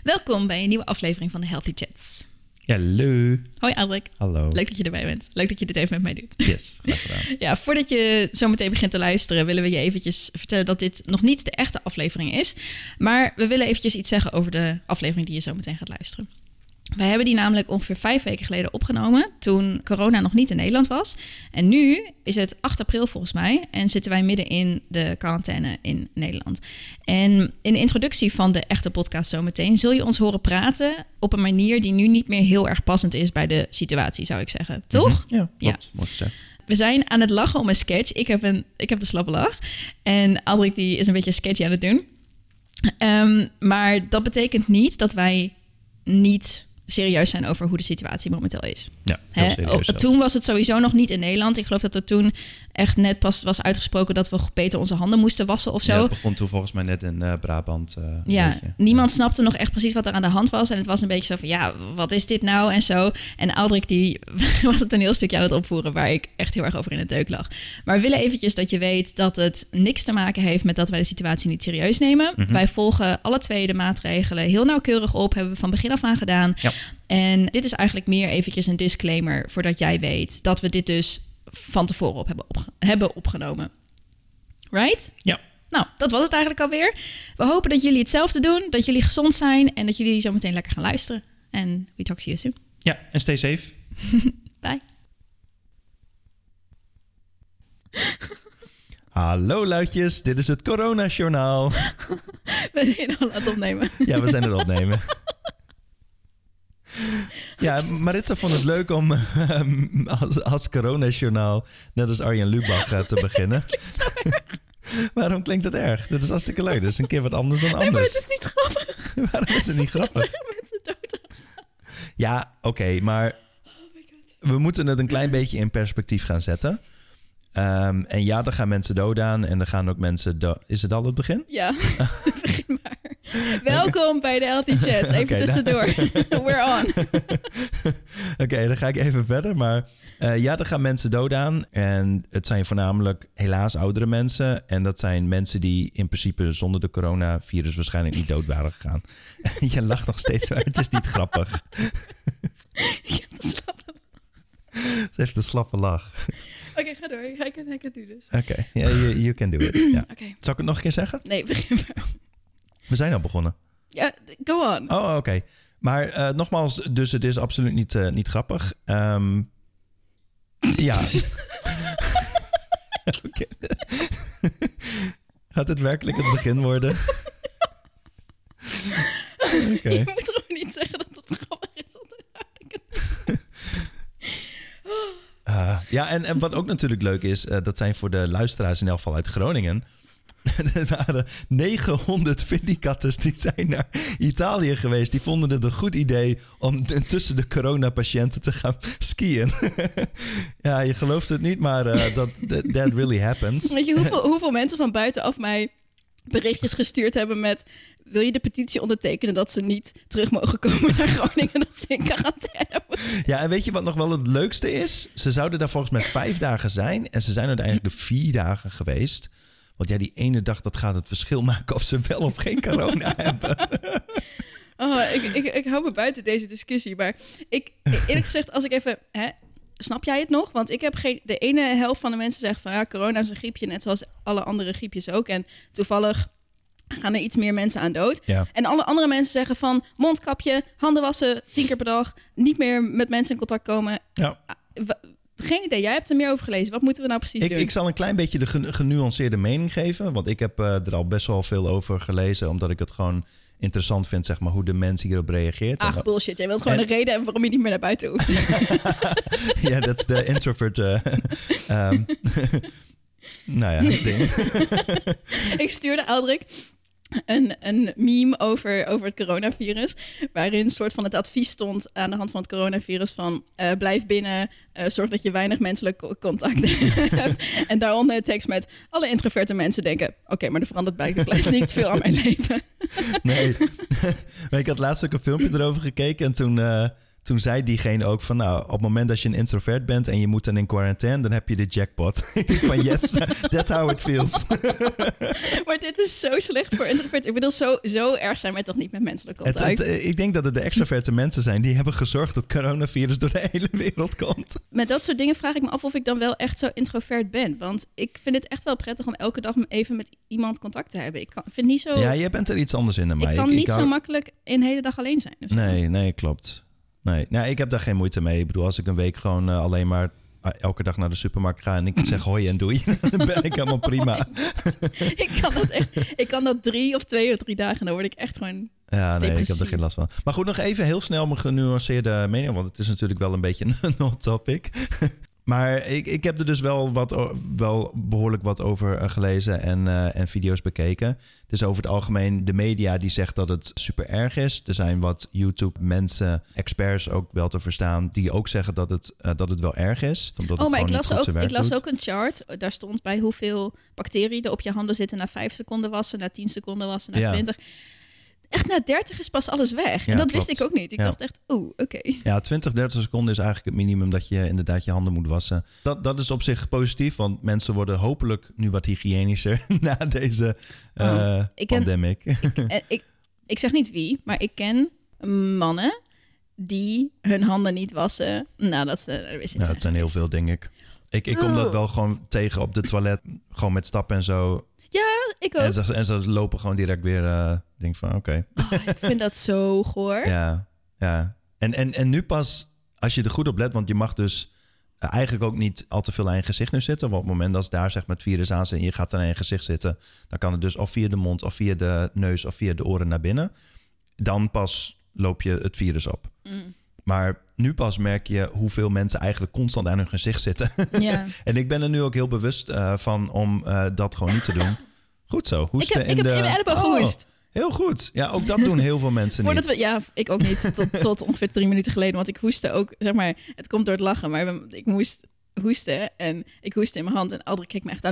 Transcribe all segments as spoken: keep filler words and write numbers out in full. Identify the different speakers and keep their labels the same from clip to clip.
Speaker 1: Welkom bij een nieuwe aflevering van de Healthy Chats.
Speaker 2: Hallo.
Speaker 1: Hoi Adrik.
Speaker 2: Hallo.
Speaker 1: Leuk dat je erbij bent. Leuk dat je dit even met mij doet.
Speaker 2: Yes, graag gedaan.
Speaker 1: Ja, voordat je zo meteen begint te luisteren, willen we je eventjes vertellen dat dit nog niet de echte aflevering is. Maar we willen eventjes iets zeggen over de aflevering die je zo meteen gaat luisteren. Wij hebben die namelijk ongeveer vijf weken geleden opgenomen, toen corona nog niet in Nederland was. En nu is het acht april volgens mij en zitten wij midden in de quarantaine in Nederland. En in de introductie van de echte podcast zometeen zul je ons horen praten op een manier die nu niet meer heel erg passend is bij de situatie, zou ik zeggen. Toch?
Speaker 2: Mm-hmm. Ja, klopt.
Speaker 1: Ja.
Speaker 2: Mooi gezegd.
Speaker 1: We zijn aan het lachen om een sketch. Ik heb, een, ik heb de slappe lach. En Adrik die is een beetje een sketchy aan het doen. Um, maar dat betekent niet dat wij niet serieus zijn over hoe de situatie momenteel is.
Speaker 2: Ja, heel
Speaker 1: Hè?
Speaker 2: serieus zelfs.
Speaker 1: Toen was het sowieso nog niet in Nederland. Ik geloof dat er toen echt net pas was uitgesproken dat we beter onze handen moesten wassen of zo.
Speaker 2: Ja, het begon toen volgens mij net in uh, Brabant. Uh,
Speaker 1: ja,
Speaker 2: beetje.
Speaker 1: niemand
Speaker 2: ja.
Speaker 1: snapte nog echt precies wat er aan de hand was. En het was een beetje zo van, ja, wat is dit nou? En zo. En Aldrik die was het toneelstukje aan het opvoeren waar ik echt heel erg over in de deuk lag. Maar we willen eventjes dat je weet dat het niks te maken heeft met dat wij de situatie niet serieus nemen. Mm-hmm. Wij volgen alle twee de maatregelen heel nauwkeurig op. Hebben we van begin af aan gedaan.
Speaker 2: Ja.
Speaker 1: En dit is eigenlijk meer eventjes een disclaimer voordat jij weet dat we dit dus van tevoren op hebben, opge- hebben opgenomen. Right?
Speaker 2: Ja.
Speaker 1: Nou, dat was het eigenlijk alweer. We hopen dat jullie hetzelfde doen, dat jullie gezond zijn en dat jullie zo meteen lekker gaan luisteren. En we talk to you soon.
Speaker 2: Ja, en stay safe.
Speaker 1: Bye.
Speaker 2: Hallo luidjes, dit is het Corona-journaal.
Speaker 1: We zijn al aan het opnemen.
Speaker 2: Ja, we zijn het opnemen. Ja, Maritza vond het leuk om um, als, als Corona-journaal net als Arjen Lubach uh, te beginnen.
Speaker 1: Klinkt zo erg.
Speaker 2: Waarom klinkt dat erg? Dat is hartstikke leuk. Dat is een keer wat anders dan anders.
Speaker 1: Nee, maar het is niet grappig.
Speaker 2: Waarom is het niet grappig?
Speaker 1: Mensen dood.
Speaker 2: Ja, oké, okay, maar
Speaker 1: Oh my God.
Speaker 2: we moeten het een klein beetje in perspectief gaan zetten. Um, en ja, er gaan mensen dood aan en er gaan ook mensen dood. Is het al het begin?
Speaker 1: Ja, begin maar. Welkom bij de Healthy Chats. Even okay, tussendoor. We're on.
Speaker 2: Oké, okay, dan ga ik even verder. Maar uh, ja, er gaan mensen dood aan. En het zijn voornamelijk helaas oudere mensen. En dat zijn mensen die in principe zonder de coronavirus waarschijnlijk niet dood waren gegaan. Je lacht nog steeds, maar het is niet grappig.
Speaker 1: Ik heb de slappe lach.
Speaker 2: Ze heeft een slappe lach.
Speaker 1: Oké, okay, ga door. I can, I can do this.
Speaker 2: Oké, okay. yeah, you, you can do it. Ja.
Speaker 1: Okay.
Speaker 2: Zal ik het nog een keer zeggen?
Speaker 1: Nee, begin maar.
Speaker 2: We zijn al begonnen.
Speaker 1: Ja, go on.
Speaker 2: Oh, oké. Okay. Maar uh, nogmaals, dus het is absoluut niet, uh, niet grappig. Um, ja. Okay. Gaat het werkelijk het begin worden?
Speaker 1: Okay. Je moet gewoon niet zeggen dat het grappig is.
Speaker 2: Uh, ja, en, en wat ook natuurlijk leuk is, uh, dat zijn voor de luisteraars in elk geval uit Groningen. Er waren negenhonderd vindikatters die zijn naar Italië geweest. Die vonden het een goed idee om t- tussen de coronapatiënten te gaan skiën. Ja, je gelooft het niet, maar uh, dat that, that really happens.
Speaker 1: Weet je hoeveel, hoeveel mensen van buitenaf mij berichtjes gestuurd hebben met: wil je de petitie ondertekenen dat ze niet terug mogen komen naar Groningen, dat ze in quarantaine moeten?
Speaker 2: Ja, en weet je wat nog wel het leukste is? Ze zouden daar volgens mij vijf dagen zijn en ze zijn uiteindelijk de vier dagen geweest. Want ja, die ene dag, dat gaat het verschil maken of ze wel of geen corona hebben.
Speaker 1: Oh, ik, ik, ik hou me buiten deze discussie. Maar ik, eerlijk gezegd, als ik even... Hè, snap jij het nog? Want ik heb geen... De ene helft van de mensen zegt van... ja, corona is een griepje, net zoals alle andere griepjes ook. En toevallig gaan er iets meer mensen aan dood.
Speaker 2: Ja.
Speaker 1: En alle andere mensen zeggen van... mondkapje, handen wassen, tien keer per dag. Niet meer met mensen in contact komen.
Speaker 2: Ja.
Speaker 1: Geen idee, jij hebt er meer over gelezen. Wat moeten we nou precies
Speaker 2: ik,
Speaker 1: doen?
Speaker 2: Ik zal een klein beetje de genuanceerde mening geven. Want ik heb uh, er al best wel veel over gelezen. Omdat ik het gewoon interessant vind, zeg maar, hoe de mens hierop reageert.
Speaker 1: Ach,
Speaker 2: en,
Speaker 1: bullshit. Jij wilt gewoon
Speaker 2: en...
Speaker 1: een reden waarom je niet meer naar buiten hoeft.
Speaker 2: Ja, yeah, dat is de introvert... Uh, um, nou ja, ding.
Speaker 1: Ik stuurde Aldrik een, een meme over, over het coronavirus, waarin een soort van het advies stond aan de hand van het coronavirus van uh, blijf binnen, uh, zorg dat je weinig menselijk contact hebt. En daaronder een tekst met alle introverte mensen denken, oké, okay, maar er verandert blijkbaar niet veel aan mijn leven.
Speaker 2: Nee, maar ik had laatst ook een filmpje erover gekeken en toen... Uh, toen zei diegene ook van... nou, op het moment dat je een introvert bent... en je moet dan in quarantaine, dan heb je de jackpot. Ik denk van yes, that's how it feels.
Speaker 1: Maar dit is zo slecht voor introvert. Ik bedoel, zo, zo erg zijn wij toch niet met menselijk contact?
Speaker 2: Het, het, ik denk dat het de extroverte mensen zijn... die hebben gezorgd dat coronavirus door de hele wereld komt.
Speaker 1: Met dat soort dingen vraag ik me af of ik dan wel echt zo introvert ben. Want ik vind het echt wel prettig om elke dag even met iemand contact te hebben. Ik kan, vind niet zo...
Speaker 2: Ja, je bent er iets anders in dan mij.
Speaker 1: Ik kan
Speaker 2: ik,
Speaker 1: niet
Speaker 2: ik hou...
Speaker 1: zo makkelijk een hele dag alleen zijn. Dus
Speaker 2: nee, nee, klopt. Nee, nou, ik heb daar geen moeite mee. Ik bedoel, als ik een week gewoon uh, alleen maar elke dag naar de supermarkt ga en ik zeg hoi en doei, dan ben ik helemaal prima.
Speaker 1: ik kan dat echt, ik kan dat drie of twee of drie dagen, dan word ik echt gewoon
Speaker 2: Ja, nee,
Speaker 1: depressief.
Speaker 2: ik heb er geen last van. Maar goed, nog even heel snel mijn genuanceerde mening, want het is natuurlijk wel een beetje een hot topic. Maar ik, ik heb er dus wel, wat, wel behoorlijk wat over uh, gelezen en, uh, en video's bekeken. Het is over het algemeen de media die zegt dat het super erg is. Er zijn wat YouTube-mensen, experts ook wel te verstaan... die ook zeggen dat het, uh, dat het wel erg is. Omdat
Speaker 1: oh, maar ik las, ook, ik las
Speaker 2: doet.
Speaker 1: ook een chart. Daar stond bij hoeveel bacteriën er op je handen zitten... na vijf seconden wassen, na tien seconden wassen, na
Speaker 2: ja.
Speaker 1: twintig... Echt na dertig is pas alles weg.
Speaker 2: Ja,
Speaker 1: en dat
Speaker 2: klopt.
Speaker 1: wist ik ook niet. Ik
Speaker 2: ja.
Speaker 1: dacht echt, oeh, oké. Okay.
Speaker 2: Ja, twintig, dertig seconden is eigenlijk het minimum dat je inderdaad je handen moet wassen. Dat, dat is op zich positief, want mensen worden hopelijk nu wat hygiënischer na deze uh, oh, ik ken, pandemic.
Speaker 1: Ik, ik, ik zeg niet wie, maar ik ken mannen die hun handen niet wassen nadat ze er weer zitten.
Speaker 2: Ja, dat zijn heel veel, denk ik. Ik, ik kom dat wel gewoon tegen op de toilet, gewoon met stappen en zo.
Speaker 1: Ja, ik ook.
Speaker 2: En ze, en ze lopen gewoon direct weer, uh, denk van oké. Okay.
Speaker 1: Oh, ik vind dat zo goor.
Speaker 2: Ja, ja. En, en, en nu pas, als je er goed op let, want je mag dus uh, eigenlijk ook niet al te veel aan je gezicht nu zitten. Want op het moment dat daar zeg maar het virus aan zit en je gaat aan je gezicht zitten, dan kan het dus of via de mond of via de neus of via de oren naar binnen. Dan pas loop je het virus op. Mm. Maar nu pas merk je hoeveel mensen eigenlijk constant aan hun gezicht zitten.
Speaker 1: Ja.
Speaker 2: En ik ben er nu ook heel bewust uh, van om uh, dat gewoon niet te doen. Goed zo. Hoesten
Speaker 1: ik heb, ik
Speaker 2: in
Speaker 1: heb
Speaker 2: de...
Speaker 1: in mijn elleboog oh, gehoest.
Speaker 2: Heel goed. Ja, ook dat doen heel veel mensen
Speaker 1: Voordat
Speaker 2: niet.
Speaker 1: We, ja, ik ook niet. Tot, tot ongeveer drie minuten geleden. Want ik hoestte ook, zeg maar, het komt door het lachen. Maar ik moest hoesten en ik hoestte in mijn hand. En Aldrik keek me echt aan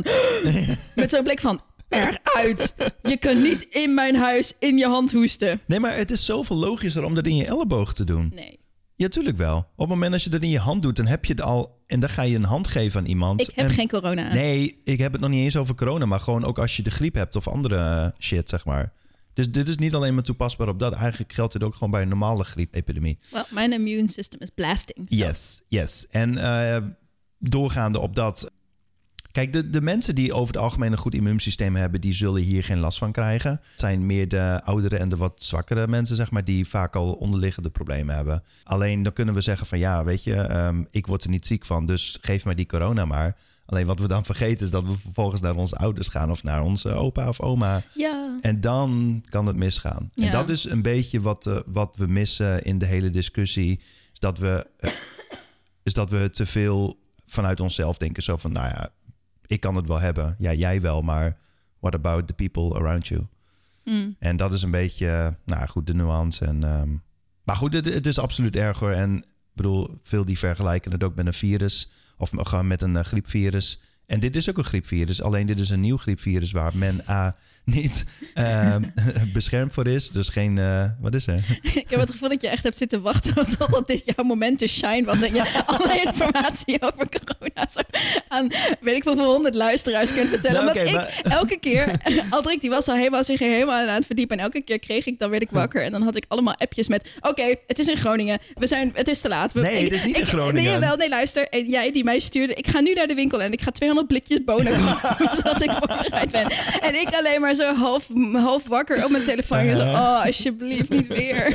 Speaker 1: met zo'n blik van... eruit. Je kunt niet in mijn huis in je hand hoesten.
Speaker 2: Nee, maar het is zoveel logischer om dat in je elleboog te doen.
Speaker 1: Nee.
Speaker 2: Ja, tuurlijk wel. Op het moment dat je dat in je hand doet, dan heb je het al... en dan ga je een hand geven aan iemand.
Speaker 1: Ik heb
Speaker 2: en,
Speaker 1: geen corona.
Speaker 2: Nee, ik heb het nog niet eens over corona... maar gewoon ook als je de griep hebt of andere uh, shit, zeg maar. Dus dit is niet alleen maar toepasbaar op dat. Eigenlijk geldt dit ook gewoon bij een normale griepepidemie.
Speaker 1: Well, mijn immune system is blasting. So.
Speaker 2: Yes, yes. En uh, doorgaande op dat... Kijk, de, de mensen die over het algemeen een goed immuunsysteem hebben... die zullen hier geen last van krijgen. Het zijn meer de oudere en de wat zwakkere mensen, zeg maar... die vaak al onderliggende problemen hebben. Alleen dan kunnen we zeggen van... ja, weet je, um, ik word er niet ziek van... dus geef mij die corona maar. Alleen wat we dan vergeten is dat we vervolgens naar onze ouders gaan... of naar onze opa of oma.
Speaker 1: Ja.
Speaker 2: En dan kan het misgaan. Ja. En dat is een beetje wat, uh, wat we missen in de hele discussie. Is dat we, uh, is dat we te veel vanuit onszelf denken. Zo van, nou ja... ik kan het wel hebben. Ja, jij wel, maar what about the people around you? Mm. En dat is een beetje, nou goed, de nuance. En, um, maar goed, het, het is absoluut erger. En ik bedoel, veel die vergelijken het ook met een virus. Of gewoon met een uh, griepvirus. En dit is ook een griepvirus. Alleen dit is een nieuw griepvirus waar men A niet uh, beschermd voor is. Dus geen, uh, wat is er?
Speaker 1: Ik heb het gevoel dat je echt hebt zitten wachten totdat dit jouw moment te shine was. En je alle informatie over corona zo aan, weet ik hoeveel honderd luisteraars kunt vertellen. Nou, Omdat okay, ik maar... elke keer, Aldrik die was al helemaal zich helemaal aan het verdiepen. En elke keer kreeg ik, dan werd ik wakker. En dan had ik allemaal appjes met, oké, okay, het is in Groningen. We zijn, het is te laat. We,
Speaker 2: nee,
Speaker 1: ik,
Speaker 2: het is niet
Speaker 1: ik,
Speaker 2: in Groningen.
Speaker 1: Nee, wel, nee, luister. En jij die mij stuurde, ik ga nu naar de winkel en ik ga tweehonderd blikjes bonen kopen. Zodat ik voorbereid ben. En ik alleen maar zo half, half wakker op mijn telefoon. En zo, oh, alsjeblieft, niet weer.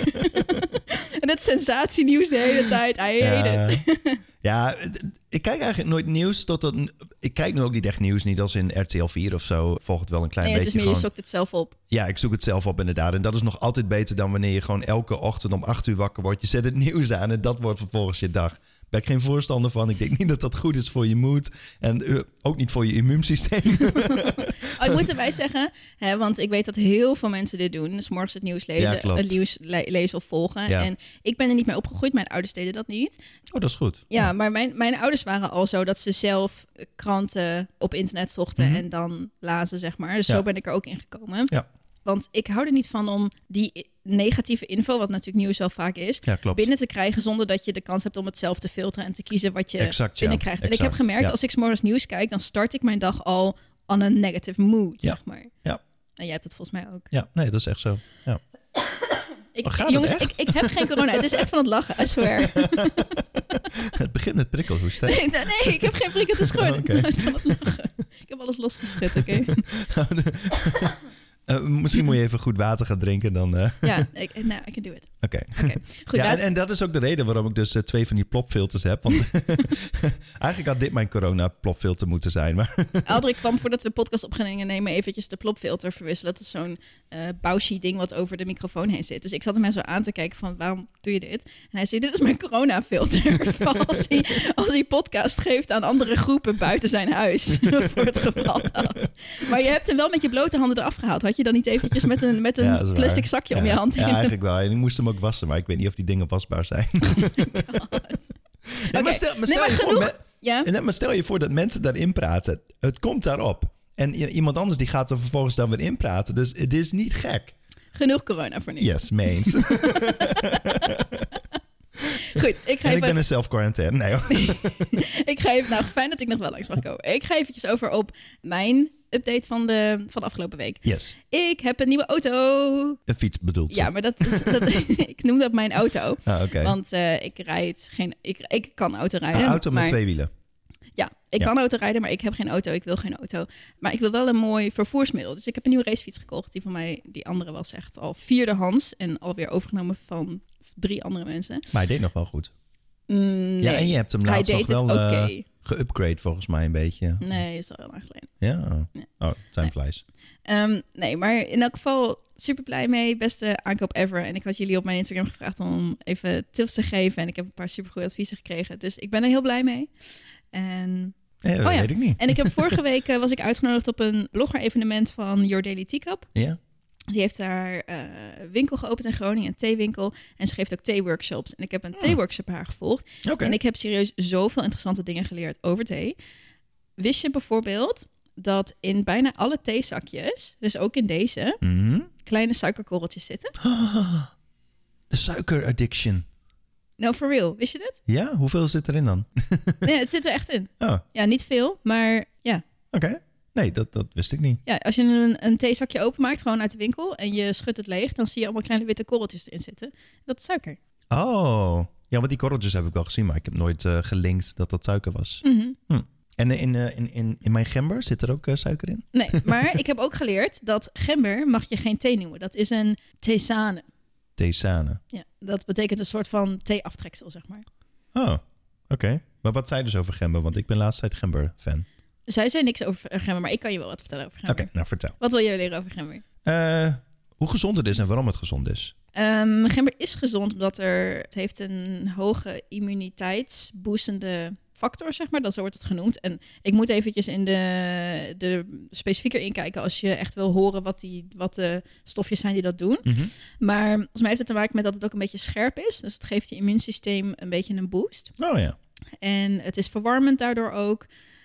Speaker 1: En het sensatienieuws de hele tijd. I hate
Speaker 2: ja.
Speaker 1: it.
Speaker 2: Ja, ik kijk eigenlijk nooit nieuws totdat... Ik kijk nu ook niet echt nieuws, niet als in R T L vier of zo. Volg het wel een klein
Speaker 1: nee,
Speaker 2: beetje.
Speaker 1: Het is meer,
Speaker 2: gewoon...
Speaker 1: je zoekt het zelf op.
Speaker 2: Ja, ik zoek het zelf op inderdaad. En dat is nog altijd beter dan wanneer je gewoon elke ochtend om acht uur wakker wordt. Je zet het nieuws aan en dat wordt vervolgens je dag. Ben ik geen voorstander van. Ik denk niet dat dat goed is voor je moed. En uh, ook niet voor je immuunsysteem.
Speaker 1: Oh, ik moet erbij zeggen, hè, want ik weet dat heel veel mensen dit doen. Dus morgens het nieuws lezen,
Speaker 2: ja,
Speaker 1: het nieuws le- lezen of volgen. Ja. En ik ben er niet mee opgegroeid. Mijn ouders deden dat niet.
Speaker 2: Oh, dat is goed.
Speaker 1: Ja, ja. maar mijn, mijn ouders waren al zo dat ze zelf kranten op internet zochten mm-hmm. en dan lazen, zeg maar. Dus ja. zo ben ik er ook in gekomen.
Speaker 2: Ja.
Speaker 1: Want ik hou er niet van om die negatieve info, wat natuurlijk nieuws wel vaak is,
Speaker 2: Ja, klopt.
Speaker 1: binnen te krijgen zonder dat je de kans hebt om het zelf te filteren en te kiezen wat je
Speaker 2: Exact, ja.
Speaker 1: binnenkrijgt. En ik
Speaker 2: Exact,
Speaker 1: heb gemerkt,
Speaker 2: ja.
Speaker 1: als ik 's morgens nieuws kijk, dan start ik mijn dag al on een negative mood,
Speaker 2: Ja.
Speaker 1: zeg maar.
Speaker 2: Ja.
Speaker 1: En jij hebt het volgens mij ook.
Speaker 2: Ja, nee, dat is echt zo. Ja.
Speaker 1: Ik,
Speaker 2: Oh, gaat het
Speaker 1: jongens,
Speaker 2: echt?
Speaker 1: ik, ik heb geen corona. Het is echt van het lachen, I swear.
Speaker 2: Het begint met prikkelhoest, hè?
Speaker 1: Nee, nee, ik heb geen prik, het is gewoon
Speaker 2: Oh, oké.
Speaker 1: van het lachen. Ik heb alles losgeschud, oké?
Speaker 2: Uh, misschien moet je even goed water gaan drinken dan... uh,
Speaker 1: Ja, ik, nou, I can do it.
Speaker 2: Oké.
Speaker 1: Oké, goed.
Speaker 2: Ja,
Speaker 1: nou,
Speaker 2: en, en dat is ook de reden waarom ik dus uh, twee van die plopfilters heb. Want eigenlijk had dit mijn corona-plopfilter moeten zijn. Maar
Speaker 1: Aldrik kwam voordat we podcast op gingen nemen eventjes de plopfilter verwisselen. Dat is zo'n uh, Bauschy ding wat over de microfoon heen zit. Dus ik zat hem mij zo aan te kijken van, waarom doe je dit? En hij zei, dit is mijn corona-filter. als, hij, als hij podcast geeft aan andere groepen buiten zijn huis. voor het geval dat. Maar je hebt hem wel met je blote handen eraf gehaald. Had je dan niet eventjes met een, met een
Speaker 2: Ja, dat is
Speaker 1: plastic
Speaker 2: waar.
Speaker 1: zakje
Speaker 2: Ja,
Speaker 1: om je hand heen?
Speaker 2: Ja, eigenlijk wel. En ik moest hem ook wassen, maar ik weet niet of die dingen wasbaar zijn.
Speaker 1: God.
Speaker 2: Nee,
Speaker 1: Oké.
Speaker 2: maar stel, maar
Speaker 1: Nee,
Speaker 2: stel
Speaker 1: maar
Speaker 2: je voor,
Speaker 1: genoeg-
Speaker 2: me-
Speaker 1: Ja?
Speaker 2: en, maar stel je voor dat mensen daarin praten. Het komt daarop. En i- iemand anders die gaat er vervolgens dan weer in praten. Dus het is niet gek.
Speaker 1: Genoeg corona voor nu.
Speaker 2: Yes, meens.
Speaker 1: Goed, ik ga
Speaker 2: En ik
Speaker 1: even...
Speaker 2: ben in self-quarantaine. Nee hoor.
Speaker 1: ik ga even... Nou, fijn dat ik nog wel langs mag komen. Ik ga eventjes over op mijn update van de, van de afgelopen week.
Speaker 2: Yes.
Speaker 1: Ik heb een nieuwe auto.
Speaker 2: Een fiets bedoelt ze.
Speaker 1: Ja, maar dat is, dat, ik noem dat mijn auto.
Speaker 2: Ah, oké.
Speaker 1: Want uh, ik rijd geen... Ik, ik kan auto rijden.
Speaker 2: Een auto met
Speaker 1: maar,
Speaker 2: twee wielen.
Speaker 1: Ja, ik
Speaker 2: Ja.
Speaker 1: kan auto rijden, maar ik heb geen auto. Ik wil geen auto. Maar ik wil wel een mooi vervoersmiddel. Dus ik heb een nieuwe racefiets gekocht. Die van mij, die andere was echt al vierdehands. En alweer overgenomen van drie andere mensen.
Speaker 2: Maar hij deed nog wel goed.
Speaker 1: Mm, nee,
Speaker 2: Ja, en je hebt hem
Speaker 1: hij
Speaker 2: laatst
Speaker 1: deed
Speaker 2: nog
Speaker 1: het
Speaker 2: wel
Speaker 1: oké.
Speaker 2: eh, geupgrade volgens mij een beetje.
Speaker 1: Nee, is al heel lang geleden.
Speaker 2: Ja? Oh,
Speaker 1: Nee.
Speaker 2: oh het zijn
Speaker 1: Nee.
Speaker 2: vlees.
Speaker 1: Um, nee, maar in elk geval super blij mee. Beste aankoop ever. En ik had jullie op mijn Instagram gevraagd om even tips te geven. En ik heb een paar super goede adviezen gekregen. Dus ik ben er heel blij mee. En,
Speaker 2: Ja, dat
Speaker 1: Oh ja.
Speaker 2: weet ik niet.
Speaker 1: en ik heb vorige week uh, was ik uitgenodigd op een blogger-evenement van Your Daily Teacup.
Speaker 2: Ja?
Speaker 1: Die heeft daar uh, winkel geopend in Groningen, een theewinkel. En ze geeft ook theeworkshops. En ik heb een theeworkshop bij haar gevolgd.
Speaker 2: Oké.
Speaker 1: En ik heb serieus zoveel interessante dingen geleerd over thee. Wist je bijvoorbeeld dat in bijna alle theezakjes, dus ook in deze,
Speaker 2: Mhm.
Speaker 1: kleine suikerkorreltjes zitten?
Speaker 2: De suikeraddiction.
Speaker 1: No, for real. Wist je dit?
Speaker 2: Ja? Hoeveel zit erin dan?
Speaker 1: Nee, het zit er echt in.
Speaker 2: Oh, oké.
Speaker 1: Ja, niet veel, maar ja.
Speaker 2: Nee, dat, dat wist ik niet.
Speaker 1: ja als je een, een theezakje openmaakt, gewoon uit de winkel, en je schudt het leeg, dan zie je allemaal kleine witte korreltjes erin zitten. Dat is suiker.
Speaker 2: Oh. Ja, want die korreltjes heb ik wel gezien, maar ik heb nooit uh, gelinkt dat dat suiker was.
Speaker 1: Mhm.
Speaker 2: Hm. En in, uh, in, in, in mijn gember zit er ook uh, suiker in?
Speaker 1: Nee, maar ik heb ook geleerd dat gember mag je geen thee noemen. Dat is een theesane.
Speaker 2: Theesane.
Speaker 1: Ja, dat betekent een soort van theeaftreksel, zeg maar.
Speaker 2: Oh, oké. Okay. Maar wat zei dus over gember? Want ik ben laatst tijd gember-fan.
Speaker 1: Zij zei niks over gember, maar ik kan je wel wat vertellen over
Speaker 2: Oké,
Speaker 1: gember.
Speaker 2: okay, nou vertel.
Speaker 1: Wat wil je leren over gember?
Speaker 2: Uh, hoe gezond het is en waarom het gezond is.
Speaker 1: Um, gember is gezond omdat er, het heeft een hoge immuniteitsboostende factor, zeg maar. Dat zo wordt het genoemd. En ik moet eventjes in de, de specifieker inkijken als je echt wil horen wat, die, wat de stofjes zijn die dat doen.
Speaker 2: Mm-hmm.
Speaker 1: Maar volgens mij heeft het te maken met dat het ook een beetje scherp is. Dus het geeft je immuunsysteem een beetje een boost.
Speaker 2: Oh ja.
Speaker 1: En het is verwarmend daardoor ook.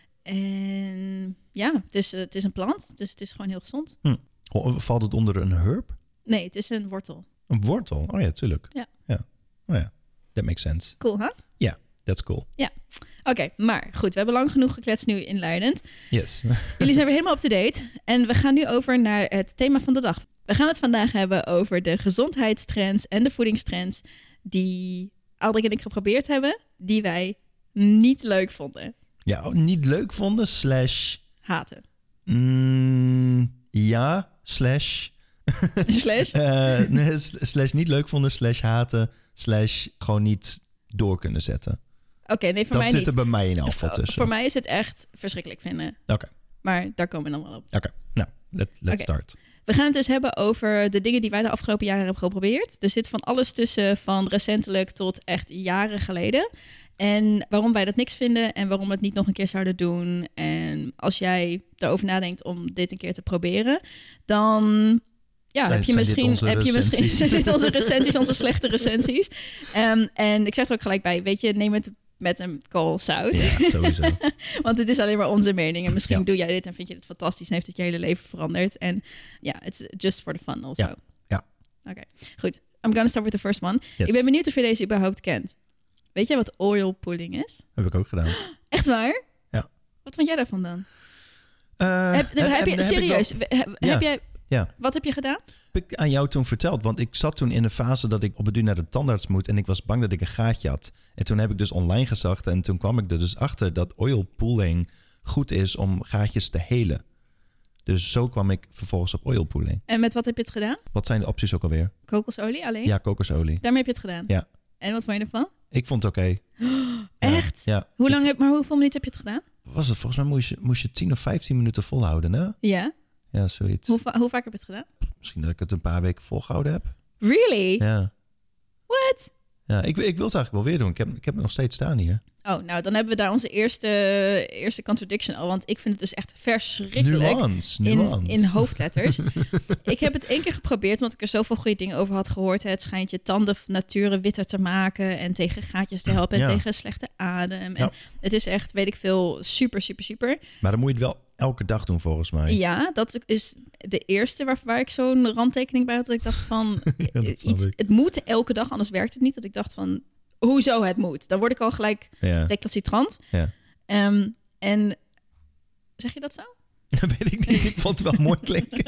Speaker 1: En ja, het is, het is een plant, dus het is gewoon heel gezond.
Speaker 2: Hm. Valt het onder een herb?
Speaker 1: Nee, het is een wortel.
Speaker 2: Een wortel? Oh ja, tuurlijk.
Speaker 1: Ja.
Speaker 2: ja. Oh ja, that makes sense.
Speaker 1: Cool, hè? Huh?
Speaker 2: Ja, that's cool.
Speaker 1: Ja. Oké, okay, maar goed, we hebben lang genoeg gekletst nu inleidend.
Speaker 2: Yes.
Speaker 1: Jullie zijn weer helemaal up-to-date. En we gaan nu over naar het thema van de dag. We gaan het vandaag hebben over de gezondheidstrends en de voedingstrends die Aldrik en ik geprobeerd hebben, die wij niet leuk vonden.
Speaker 2: Ja, niet leuk vonden, slash...
Speaker 1: Haten.
Speaker 2: Mm, ja, slash...
Speaker 1: Slash?
Speaker 2: uh, nee, slash niet leuk vonden, slash haten, slash gewoon niet door kunnen zetten.
Speaker 1: Oké, okay, nee, voor
Speaker 2: dat
Speaker 1: mij
Speaker 2: zit
Speaker 1: niet.
Speaker 2: er bij mij in afval tussen.
Speaker 1: Voor mij is het echt verschrikkelijk vinden.
Speaker 2: Oké. Okay.
Speaker 1: Maar daar komen we dan wel op.
Speaker 2: Oké, okay. nou, let, let's okay. start.
Speaker 1: We gaan het dus hebben over de dingen die wij de afgelopen jaren hebben geprobeerd. Er zit van alles tussen, van recentelijk tot echt jaren geleden. En waarom wij dat niks vinden en waarom we het niet nog een keer zouden doen. En als jij erover nadenkt om dit een keer te proberen, dan ja,
Speaker 2: zijn,
Speaker 1: heb je misschien, heb je misschien zijn dit onze recensies, onze slechte recensies. Um, en ik zeg er ook gelijk bij, weet je, neem het met een kool zout.
Speaker 2: Ja, sowieso.
Speaker 1: Want het is alleen maar onze mening. En misschien
Speaker 2: ja.
Speaker 1: doe jij dit en vind je het fantastisch en heeft het je hele leven veranderd. En ja, it's just for the fun also.
Speaker 2: Ja. Ja.
Speaker 1: Oké, okay. Goed. I'm gonna start with the first one.
Speaker 2: Yes.
Speaker 1: Ik ben benieuwd of je deze überhaupt kent. Weet je wat oil pulling is?
Speaker 2: Heb ik ook gedaan.
Speaker 1: Echt waar?
Speaker 2: Ja.
Speaker 1: Wat vond jij daarvan dan?
Speaker 2: Uh,
Speaker 1: heb, heb, heb je,
Speaker 2: heb
Speaker 1: serieus,
Speaker 2: ik wel,
Speaker 1: heb,
Speaker 2: ja,
Speaker 1: heb jij,
Speaker 2: ja.
Speaker 1: wat heb je gedaan?
Speaker 2: Heb ik aan jou toen verteld, want ik zat toen in een fase dat ik op het duur naar de tandarts moet en ik was bang dat ik een gaatje had. En toen heb ik dus online gezocht en toen kwam ik er dus achter dat oil pulling goed is om gaatjes te helen. Dus zo kwam ik vervolgens op oil pulling.
Speaker 1: En met wat heb je het gedaan?
Speaker 2: Wat zijn de opties ook alweer?
Speaker 1: Kokosolie alleen?
Speaker 2: Ja, kokosolie.
Speaker 1: Daarmee heb je het gedaan?
Speaker 2: Ja.
Speaker 1: En wat vond je ervan?
Speaker 2: Ik vond het oké. Okay.
Speaker 1: Echt?
Speaker 2: Ja. ja.
Speaker 1: Hoe lang
Speaker 2: ik,
Speaker 1: heb, maar hoeveel minuten heb je het gedaan?
Speaker 2: Was het? Volgens mij moest je, moest je tien of vijftien minuten volhouden, hè?
Speaker 1: Ja.
Speaker 2: Ja, zoiets.
Speaker 1: Hoe, va- hoe vaak heb je het gedaan?
Speaker 2: Misschien dat ik het een paar weken volgehouden heb.
Speaker 1: Really?
Speaker 2: Ja.
Speaker 1: What?
Speaker 2: Ja, ik, ik wil het eigenlijk wel weer doen. Ik heb, ik heb het nog steeds staan hier.
Speaker 1: Oh, nou, dan hebben we daar onze eerste, eerste contradiction al. Want ik vind het dus echt verschrikkelijk.
Speaker 2: Nuance, nuance.
Speaker 1: In, in hoofdletters. Ik heb het één keer geprobeerd, omdat ik er zoveel goede dingen over had gehoord. Het schijnt je tanden nature witter te maken en tegen gaatjes te helpen en
Speaker 2: Ja.
Speaker 1: tegen slechte adem. En
Speaker 2: Ja.
Speaker 1: het is echt, weet ik veel, super, super, super.
Speaker 2: Maar dan moet je het wel elke dag doen, volgens mij.
Speaker 1: Ja, dat is de eerste waar, waar ik zo'n randtekening bij had. Dat ik dacht van,
Speaker 2: Ja, dat snap
Speaker 1: iets,
Speaker 2: ik.
Speaker 1: het moet elke dag, anders werkt het niet. Dat ik dacht van, hoezo het moet? Dan word ik al gelijk
Speaker 2: Ja.
Speaker 1: recalcitrant.
Speaker 2: Ja.
Speaker 1: Um, en zeg je dat zo?
Speaker 2: Dat weet ik niet. Ik vond het wel mooi klinken.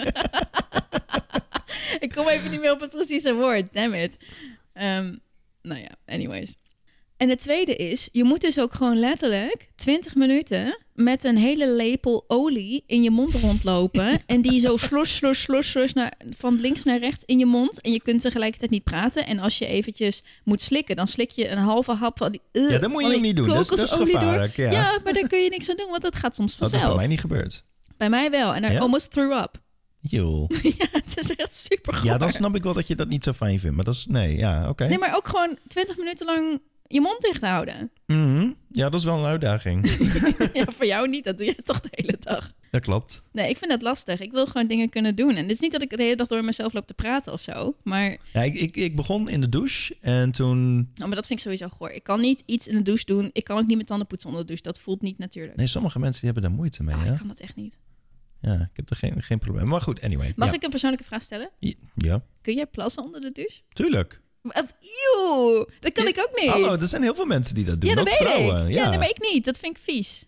Speaker 1: Ik kom even niet meer op het precieze woord. Damn it. Um, nou ja, anyways. En het tweede is, je moet dus ook gewoon letterlijk twintig minuten met een hele lepel olie in je mond rondlopen. En die zo slos, slos, slos, slos naar, van links naar rechts in je mond. En je kunt tegelijkertijd niet praten. En als je eventjes moet slikken, dan slik je een halve hap van die... Uh,
Speaker 2: Ja, dat moet je ook niet doen. Dat is, dat is gevaarlijk. Ja.
Speaker 1: Ja, maar daar kun je niks aan doen, want dat gaat soms
Speaker 2: Dat
Speaker 1: vanzelf.
Speaker 2: is bij mij niet gebeurd.
Speaker 1: Bij mij wel. En I
Speaker 2: Ja?
Speaker 1: almost threw up.
Speaker 2: Joh.
Speaker 1: Ja, het is echt super goor.
Speaker 2: Ja, dan snap ik wel dat je dat niet zo fijn vindt. Maar dat is... Nee, ja, oké. Okay.
Speaker 1: Nee, maar ook gewoon twintig minuten lang je mond dicht houden.
Speaker 2: Mm-hmm. Ja, dat is wel een uitdaging.
Speaker 1: Ja, voor jou niet. Dat doe je toch de hele dag.
Speaker 2: Dat klopt.
Speaker 1: Nee, ik vind het lastig. Ik wil gewoon dingen kunnen doen. En het is niet dat ik de hele dag door mezelf loop te praten of zo. Maar...
Speaker 2: Ja, ik, ik, ik begon in de douche en toen...
Speaker 1: Nou, maar dat vind ik sowieso goor. Ik kan niet iets in de douche doen. Ik kan ook niet mijn tanden poetsen onder de douche. Dat voelt niet natuurlijk.
Speaker 2: Nee, sommige mensen die hebben daar moeite mee,
Speaker 1: Oh,
Speaker 2: hè?
Speaker 1: ik kan dat echt niet.
Speaker 2: Ja, ik heb er geen, geen probleem. Maar goed, anyway.
Speaker 1: Mag
Speaker 2: ja.
Speaker 1: ik een persoonlijke vraag stellen?
Speaker 2: Ja,
Speaker 1: Kun jij plassen onder de douche?
Speaker 2: tuurlijk.
Speaker 1: Wat? Eeuw, dat kan
Speaker 2: Ja,
Speaker 1: ik ook niet.
Speaker 2: Hallo, er zijn heel veel mensen die dat doen.
Speaker 1: Ja, dat
Speaker 2: ook
Speaker 1: weet
Speaker 2: vrouwen.
Speaker 1: ik.
Speaker 2: Ja,
Speaker 1: Ja, nee, maar ik niet. Dat vind ik vies.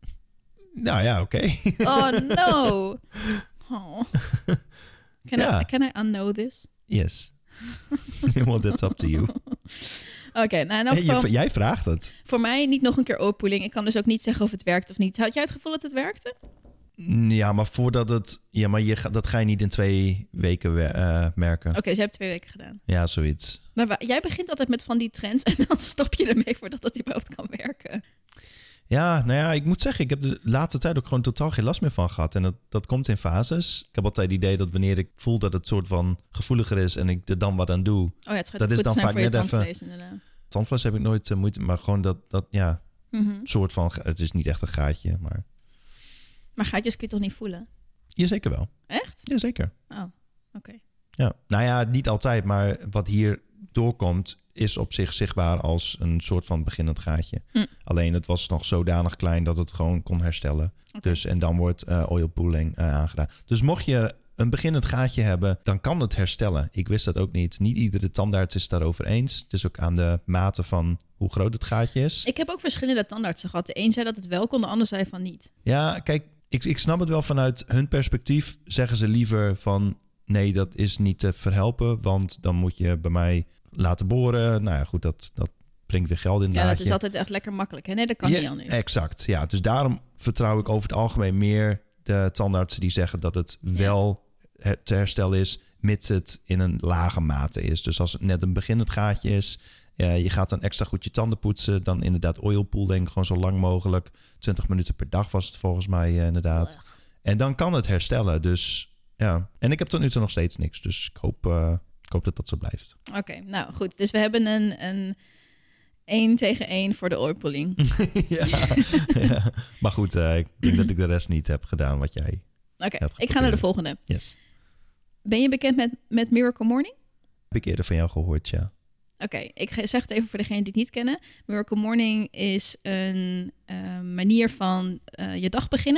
Speaker 2: Nou ja, oké. Okay.
Speaker 1: Oh no. Oh. Can,
Speaker 2: Ja.
Speaker 1: I, can I unknow this?
Speaker 2: Yes. Well, that's up to you.
Speaker 1: Oké, okay, nou in elk
Speaker 2: Hey,
Speaker 1: geval,
Speaker 2: je, jij vraagt het.
Speaker 1: voor mij niet nog een keer oorpoeling. Ik kan dus ook niet zeggen of het werkt of niet. Had jij het gevoel dat het werkte?
Speaker 2: Ja, maar voordat het... Ja, maar je, ga- dat ga je niet in twee weken we- uh, merken.
Speaker 1: Oké, okay, dus je hebt twee weken gedaan.
Speaker 2: Ja, zoiets.
Speaker 1: Maar wa- jij begint altijd met van die trends en dan stop je ermee voordat dat überhaupt kan werken.
Speaker 2: Ja, nou ja, ik moet zeggen, ik heb de laatste tijd ook gewoon totaal geen last meer van gehad. En dat, dat komt in fases. Ik heb altijd het idee dat wanneer ik voel dat het soort van gevoeliger is en ik er dan wat aan doe.
Speaker 1: Oh ja, het gaat
Speaker 2: Dat is
Speaker 1: goed
Speaker 2: dan
Speaker 1: zijn
Speaker 2: vaak
Speaker 1: voor je
Speaker 2: net even-
Speaker 1: tandvlees inderdaad.
Speaker 2: Tandvlees heb ik nooit uh, moeite, maar gewoon dat, dat ja,
Speaker 1: Mhm.
Speaker 2: soort van... Het is niet echt een gaatje, maar...
Speaker 1: Maar gaatjes kun je toch niet voelen?
Speaker 2: Jazeker wel.
Speaker 1: Echt?
Speaker 2: Jazeker.
Speaker 1: Oh, oké.
Speaker 2: Ja, nou ja, niet altijd, maar wat hier doorkomt is op zich zichtbaar als een soort van beginnend gaatje.
Speaker 1: Hm.
Speaker 2: Alleen het was nog zodanig klein dat het gewoon kon herstellen.
Speaker 1: Oké.
Speaker 2: Dus en dan wordt uh, oil pulling uh, aangedaan. Dus mocht je een beginnend gaatje hebben, dan kan het herstellen. Ik wist dat ook niet. Niet iedere tandarts is het daarover eens. Het is ook aan de mate van hoe groot het gaatje is.
Speaker 1: Ik heb ook verschillende tandartsen gehad. De een zei dat het wel kon, de ander zei van niet.
Speaker 2: Ja, kijk, ik, ik snap het wel vanuit hun perspectief. Zeggen ze liever van nee, dat is niet te verhelpen, want dan moet je bij mij laten boren. Nou ja, goed, dat, dat brengt weer geld in het
Speaker 1: Ja, dat
Speaker 2: laadje.
Speaker 1: is altijd echt lekker makkelijk. Hè? Nee, dat kan
Speaker 2: Ja,
Speaker 1: niet anders.
Speaker 2: Exact, ja. Dus daarom vertrouw ik over het algemeen meer de tandartsen die zeggen dat het wel her- te herstellen is, mits het in een lage mate is. Dus als het net een beginnend gaatje is, ja, je gaat dan extra goed je tanden poetsen, dan inderdaad oil pulling, gewoon zo lang mogelijk. twintig minuten per dag was het volgens mij uh, inderdaad.
Speaker 1: Ugh.
Speaker 2: En dan kan het herstellen, dus ja. En ik heb tot nu toe nog steeds niks, dus ik hoop, uh, ik hoop dat dat zo blijft.
Speaker 1: Oké, nou goed. Dus we hebben een, een één tegen één voor de oorpulling.
Speaker 2: ja, ja. Maar goed, uh, ik denk dat ik de rest niet heb gedaan wat jij...
Speaker 1: Oké,
Speaker 2: Ja,
Speaker 1: ik ga naar de volgende.
Speaker 2: Yes.
Speaker 1: Ben je bekend met, met Miracle Morning?
Speaker 2: Heb ik eerder van jou gehoord, ja.
Speaker 1: Oké, ik ge- zeg het even voor degenen die het niet kennen. Miracle Morning is een uh, manier van uh, je dag beginnen.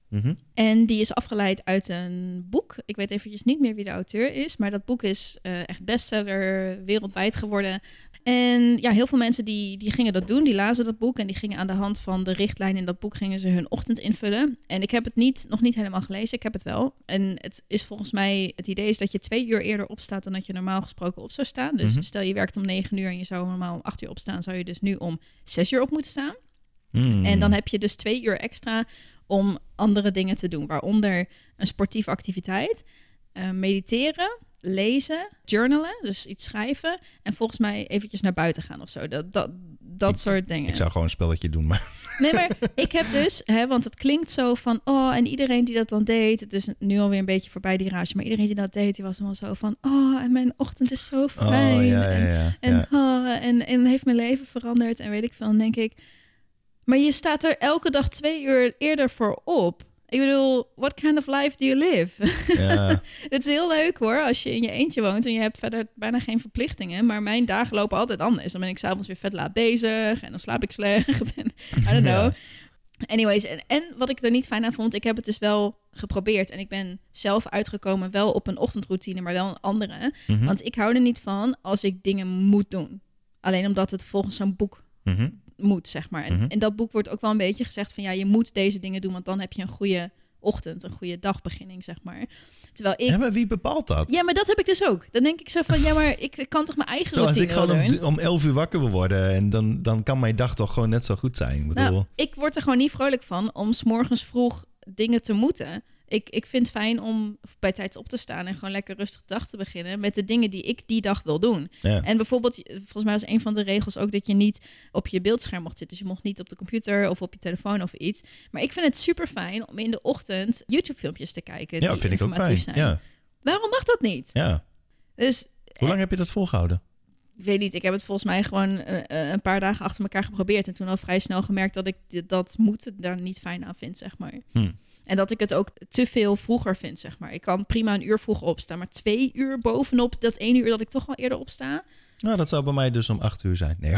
Speaker 2: Mm-hmm.
Speaker 1: En die is afgeleid uit een boek. Ik weet eventjes niet meer wie de auteur is, maar dat boek is uh, echt bestseller, wereldwijd geworden. En ja, heel veel mensen die, die gingen dat doen, die lazen dat boek en die gingen aan de hand van de richtlijnen in dat boek gingen ze hun ochtend invullen. En ik heb het niet, nog niet helemaal gelezen, ik heb het wel. En het is volgens mij, het idee is dat je twee uur eerder opstaat dan dat je normaal gesproken op zou staan. Dus mm-hmm. stel je werkt om negen uur en je zou normaal om acht uur opstaan, zou je dus nu om zes uur op moeten staan. Mm. En dan heb je dus twee uur extra om andere dingen te doen, waaronder een sportieve activiteit, uh, mediteren, lezen, journalen, dus iets schrijven en volgens mij eventjes naar buiten gaan of zo. Dat, dat, dat
Speaker 2: ik,
Speaker 1: soort dingen.
Speaker 2: Ik zou gewoon een spelletje doen, maar...
Speaker 1: Nee, maar ik heb dus, hè, want het klinkt zo van, oh, en iedereen die dat dan deed, het is nu alweer een beetje voorbij die rage, maar iedereen die dat deed, die was allemaal zo van, oh, en mijn ochtend is zo fijn.
Speaker 2: Oh, ja, ja, ja,
Speaker 1: en,
Speaker 2: ja.
Speaker 1: En, oh, en, en heeft mijn leven veranderd en weet ik veel. Dan denk ik, maar je staat er elke dag twee uur eerder voor op. Ik bedoel, what kind of life do you live?
Speaker 2: Ja.
Speaker 1: Het is heel leuk hoor, als je in je eentje woont en je hebt verder bijna geen verplichtingen. Maar mijn dagen lopen altijd anders. Dan ben ik s'avonds weer vet laat bezig en dan slaap ik slecht. En, I don't know. Ja. Anyways, en, en wat ik er niet fijn aan vond, ik heb het dus wel geprobeerd. En ik ben zelf uitgekomen wel op een ochtendroutine, maar wel een andere. Mm-hmm. Want ik hou er niet van als ik dingen moet doen. Alleen omdat het volgens zo'n boek... Mm-hmm. moet, zeg maar. En mm-hmm. in dat boek wordt ook wel een beetje gezegd van ja, je moet deze dingen doen, want dan heb je een goede ochtend, een goede dagbeginning, zeg maar. Terwijl ik...
Speaker 2: Ja, maar wie bepaalt dat?
Speaker 1: Ja, maar dat heb ik dus ook. Dan denk ik zo van ja, maar ik kan toch mijn eigen
Speaker 2: zo,
Speaker 1: routine
Speaker 2: als ik gewoon
Speaker 1: doen?
Speaker 2: om, om elf uur wakker wil worden en dan, dan kan mijn dag toch gewoon net zo goed zijn. Ik bedoel...
Speaker 1: Nou, ik word er gewoon niet vrolijk van om 's morgens vroeg dingen te moeten. Ik, ik vind het fijn om bij tijds op te staan en gewoon lekker rustig de dag te beginnen met de dingen die ik die dag wil doen.
Speaker 2: Ja.
Speaker 1: En bijvoorbeeld, volgens mij was een van de regels ook dat je niet op je beeldscherm mocht zitten. Dus je mocht niet op de computer of op je telefoon of iets. Maar ik vind het super fijn om in de ochtend YouTube-filmpjes te kijken die
Speaker 2: ja, vind
Speaker 1: informatief
Speaker 2: ik ook fijn.
Speaker 1: zijn.
Speaker 2: Ja.
Speaker 1: Waarom mag dat niet?
Speaker 2: Ja.
Speaker 1: Dus,
Speaker 2: hoe lang heb je dat volgehouden?
Speaker 1: Ik weet niet, ik heb het volgens mij gewoon uh, een paar dagen achter elkaar geprobeerd. En toen al vrij snel gemerkt dat ik dat moeten daar niet fijn aan vind, zeg maar.
Speaker 2: Hm.
Speaker 1: En dat ik het ook te veel vroeger vind, zeg maar. Ik kan prima een uur vroeger opstaan, maar twee uur bovenop dat ene uur dat ik toch al eerder opsta.
Speaker 2: Nou, dat zou bij mij dus om acht uur zijn. Nee.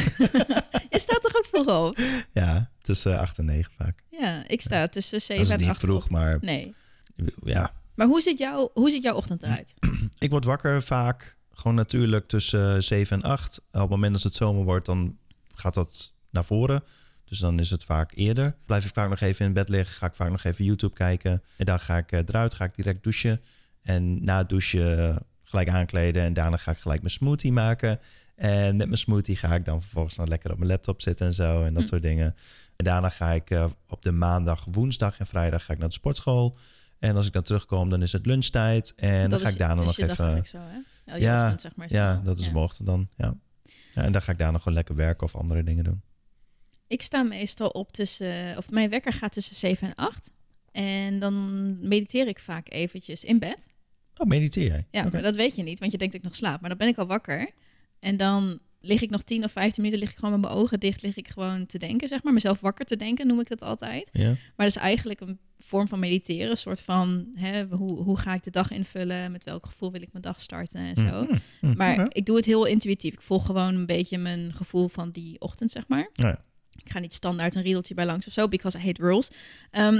Speaker 1: Je staat toch ook vroeg op?
Speaker 2: Ja, tussen uh, acht en negen vaak.
Speaker 1: Ja, ik sta tussen zeven en acht.
Speaker 2: Dat is niet vroeg,
Speaker 1: op.
Speaker 2: maar...
Speaker 1: Nee.
Speaker 2: Ja.
Speaker 1: Maar hoe ziet, jouw, hoe ziet jouw ochtend eruit?
Speaker 2: Ik word wakker vaak gewoon natuurlijk tussen zeven en acht. Op het moment dat het zomer wordt, dan gaat dat naar voren. Dus dan is het vaak eerder. Blijf ik vaak nog even in bed liggen. Ga ik vaak nog even YouTube kijken. En dan ga ik eruit. Ga ik direct douchen. En na het douchen gelijk aankleden. En daarna ga ik gelijk mijn smoothie maken. En met mijn smoothie ga ik dan vervolgens nog lekker op mijn laptop zitten en zo. En dat hm. soort dingen. En daarna ga ik uh, op de maandag, woensdag en vrijdag ga ik naar de sportschool. En als ik dan terugkom, dan is het lunchtijd. En dat dan ga
Speaker 1: is,
Speaker 2: ik daarna nog even...
Speaker 1: Zo, hè? Ja,
Speaker 2: ja,
Speaker 1: ochtend, zeg maar,
Speaker 2: ja, dat is ja. mijn ochtend dan. Ja. Ja, en dan ga ik daarna gewoon lekker werken of andere dingen doen.
Speaker 1: Ik sta meestal op tussen... Of mijn wekker gaat tussen zeven en acht. En dan mediteer ik vaak eventjes in bed.
Speaker 2: Oh, mediteer jij?
Speaker 1: Ja, okay. Maar dat weet je niet, want je denkt dat ik nog slaap. Maar dan ben ik al wakker. En dan lig ik nog tien of vijftien minuten... lig ik gewoon met mijn ogen dicht, lig ik gewoon te denken, zeg maar. Mezelf wakker te denken, noem ik dat altijd.
Speaker 2: Ja.
Speaker 1: Maar dat is eigenlijk een vorm van mediteren. Een soort van, hè, hoe, hoe ga ik de dag invullen? Met welk gevoel wil ik mijn dag starten en zo.
Speaker 2: Mm, mm,
Speaker 1: maar
Speaker 2: ja.
Speaker 1: ik doe het heel intuïtief. Ik volg gewoon een beetje mijn gevoel van die ochtend, zeg maar.
Speaker 2: Ja.
Speaker 1: Ik ga niet standaard een riedeltje bij langs of zo, because I hate rules. Um,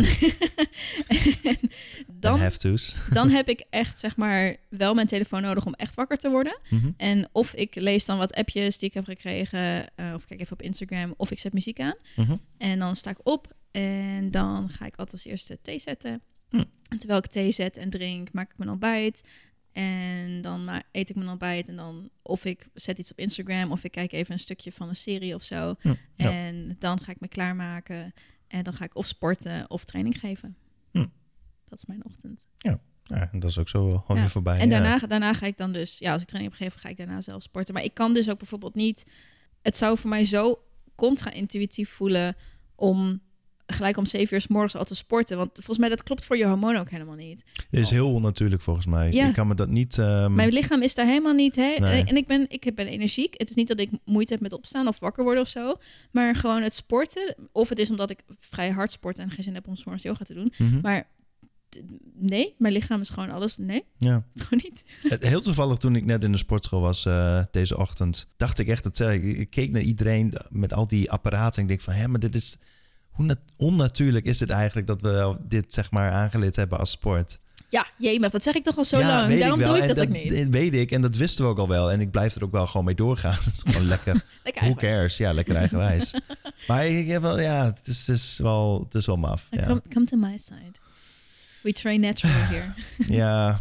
Speaker 1: dan,
Speaker 2: have to's.
Speaker 1: dan heb ik echt, zeg maar, wel mijn telefoon nodig om echt wakker te worden.
Speaker 2: Mm-hmm.
Speaker 1: En of ik lees dan wat appjes die ik heb gekregen, uh, of kijk even op Instagram, of ik zet muziek aan.
Speaker 2: Mm-hmm.
Speaker 1: En dan sta ik op en dan ga ik altijd als eerste thee zetten.
Speaker 2: Mm.
Speaker 1: En terwijl ik thee zet en drink, maak ik mijn ontbijt. En dan ma- eet ik mijn ontbijt en dan of ik zet iets op Instagram of ik kijk even een stukje van een serie of zo.
Speaker 2: Hm, ja.
Speaker 1: En dan ga ik me klaarmaken en dan ga ik of sporten of training geven.
Speaker 2: Hm.
Speaker 1: Dat is mijn ochtend.
Speaker 2: Ja, ja dat is ook zo alweer
Speaker 1: ja.
Speaker 2: voorbij.
Speaker 1: En daarna,
Speaker 2: ja.
Speaker 1: daarna ga ik dan dus, ja, als ik training heb gegeven, ga ik daarna zelf sporten. Maar ik kan dus ook bijvoorbeeld niet, het zou voor mij zo contra-intuïtief voelen om gelijk om zeven uur 's morgens al te sporten. Want volgens mij dat klopt voor je hormoon ook helemaal niet.
Speaker 2: Het is heel onnatuurlijk volgens mij.
Speaker 1: Ja.
Speaker 2: Ik kan me dat niet... Um...
Speaker 1: Mijn lichaam is daar helemaal niet... Hè?
Speaker 2: Nee.
Speaker 1: En ik ben, ik ben energiek. Het is niet dat ik moeite heb met opstaan of wakker worden of zo. Maar gewoon het sporten. Of het is omdat ik vrij hard sport en geen zin heb om 's morgens yoga te doen.
Speaker 2: Mm-hmm.
Speaker 1: Maar t- nee, mijn lichaam is gewoon alles... Nee,
Speaker 2: ja.
Speaker 1: het gewoon niet.
Speaker 2: Heel toevallig toen ik net in de sportschool was uh, deze ochtend... dacht ik echt dat... Uh, ik keek naar iedereen met al die apparaten en ik denk van... hé, maar dit is... hoe nat- onnatuurlijk is het eigenlijk dat we dit zeg maar aangeleerd hebben als sport?
Speaker 1: Ja, jemig, dat zeg ik toch al zo
Speaker 2: Ja,
Speaker 1: lang.
Speaker 2: weet
Speaker 1: Daarom
Speaker 2: ik wel.
Speaker 1: doe ik
Speaker 2: En
Speaker 1: dat, ook niet.
Speaker 2: Dat weet ik en dat wisten we ook al wel. En ik blijf er ook wel gewoon mee doorgaan. Het is gewoon lekker.
Speaker 1: Lekker
Speaker 2: Who
Speaker 1: eigenwijs.
Speaker 2: cares? Ja, lekker eigenwijs. Maar ik heb wel, ja, het is, het is wel, het is wel maf. Ja.
Speaker 1: Come, come to my side. We train naturally here.
Speaker 2: Ja.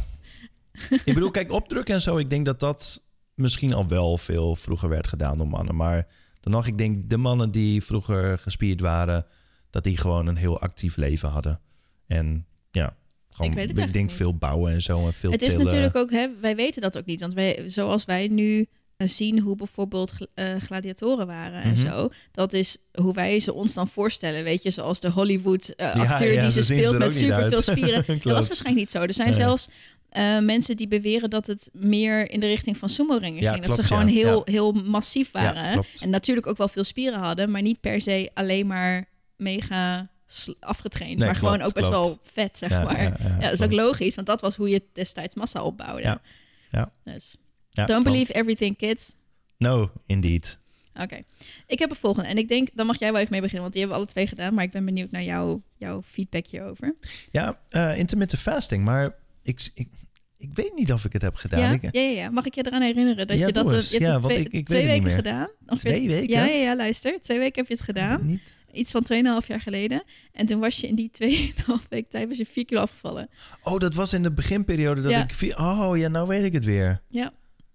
Speaker 2: Ik bedoel, kijk, opdrukken en zo. Ik denk dat dat misschien al wel veel vroeger werd gedaan door mannen. Maar dan nog, ik denk de mannen die vroeger gespierd waren, dat die gewoon een heel actief leven hadden. En ja, gewoon,
Speaker 1: Ik weet het
Speaker 2: ik,
Speaker 1: eigenlijk
Speaker 2: denk
Speaker 1: niet.
Speaker 2: veel bouwen en zo en veel
Speaker 1: Het is
Speaker 2: tillen.
Speaker 1: natuurlijk ook, hè, wij weten dat ook niet. Want wij, zoals wij nu uh, zien hoe bijvoorbeeld gl- uh, gladiatoren waren en
Speaker 2: Mhm.
Speaker 1: zo. Dat is hoe wij ze ons dan voorstellen. Weet je, zoals de Hollywood uh,
Speaker 2: Ja,
Speaker 1: acteur
Speaker 2: ja,
Speaker 1: die
Speaker 2: zo
Speaker 1: ze
Speaker 2: zien ze
Speaker 1: speelt
Speaker 2: er
Speaker 1: met
Speaker 2: ook niet
Speaker 1: superveel
Speaker 2: uit.
Speaker 1: spieren. Dat
Speaker 2: Klopt.
Speaker 1: was waarschijnlijk niet zo. Er zijn
Speaker 2: Nee.
Speaker 1: zelfs uh, mensen die beweren dat het meer in de richting van sumo-ringen
Speaker 2: Ja,
Speaker 1: ging.
Speaker 2: klopt,
Speaker 1: dat ze gewoon
Speaker 2: ja.
Speaker 1: heel,
Speaker 2: Ja.
Speaker 1: heel massief waren.
Speaker 2: Ja, klopt.
Speaker 1: En natuurlijk ook wel veel spieren hadden. Maar niet per se alleen maar mega sl- afgetraind.
Speaker 2: Nee,
Speaker 1: maar
Speaker 2: klopt,
Speaker 1: gewoon ook best
Speaker 2: klopt.
Speaker 1: wel vet, zeg
Speaker 2: Ja,
Speaker 1: maar.
Speaker 2: ja, ja,
Speaker 1: Ja, dat is ook
Speaker 2: klopt.
Speaker 1: logisch, want dat was hoe je destijds massa opbouwde.
Speaker 2: Ja. Ja.
Speaker 1: Dus,
Speaker 2: Ja,
Speaker 1: don't
Speaker 2: klopt.
Speaker 1: believe everything, kids.
Speaker 2: No, indeed.
Speaker 1: Oké. Ik heb een volgende. En ik denk, dan mag jij wel even mee beginnen, want die hebben we alle twee gedaan. Maar ik ben benieuwd naar jou, jouw feedback hierover.
Speaker 2: Ja, uh, intermittent fasting. Maar ik, ik, ik weet niet of ik het heb gedaan.
Speaker 1: Ja,
Speaker 2: Ik,
Speaker 1: ja, ja, ja. Mag ik je eraan herinneren dat
Speaker 2: Ja,
Speaker 1: je dat...
Speaker 2: doe
Speaker 1: eh,
Speaker 2: eens.
Speaker 1: Je hebt
Speaker 2: Ja,
Speaker 1: het
Speaker 2: want
Speaker 1: twee,
Speaker 2: ik- ik
Speaker 1: twee
Speaker 2: weet het
Speaker 1: weken
Speaker 2: niet meer.
Speaker 1: gedaan. Of
Speaker 2: Twee
Speaker 1: je-
Speaker 2: weken?
Speaker 1: Ja, ja, ja, luister. Twee weken heb je het gedaan.
Speaker 2: niet.
Speaker 1: Iets van tweeënhalf jaar geleden. En toen was je in die tweeënhalf week tijd was je vier kilo afgevallen.
Speaker 2: Oh, dat was in de beginperiode dat
Speaker 1: Ja.
Speaker 2: ik... vi- Oh, ja, nou weet ik het weer.
Speaker 1: Ja,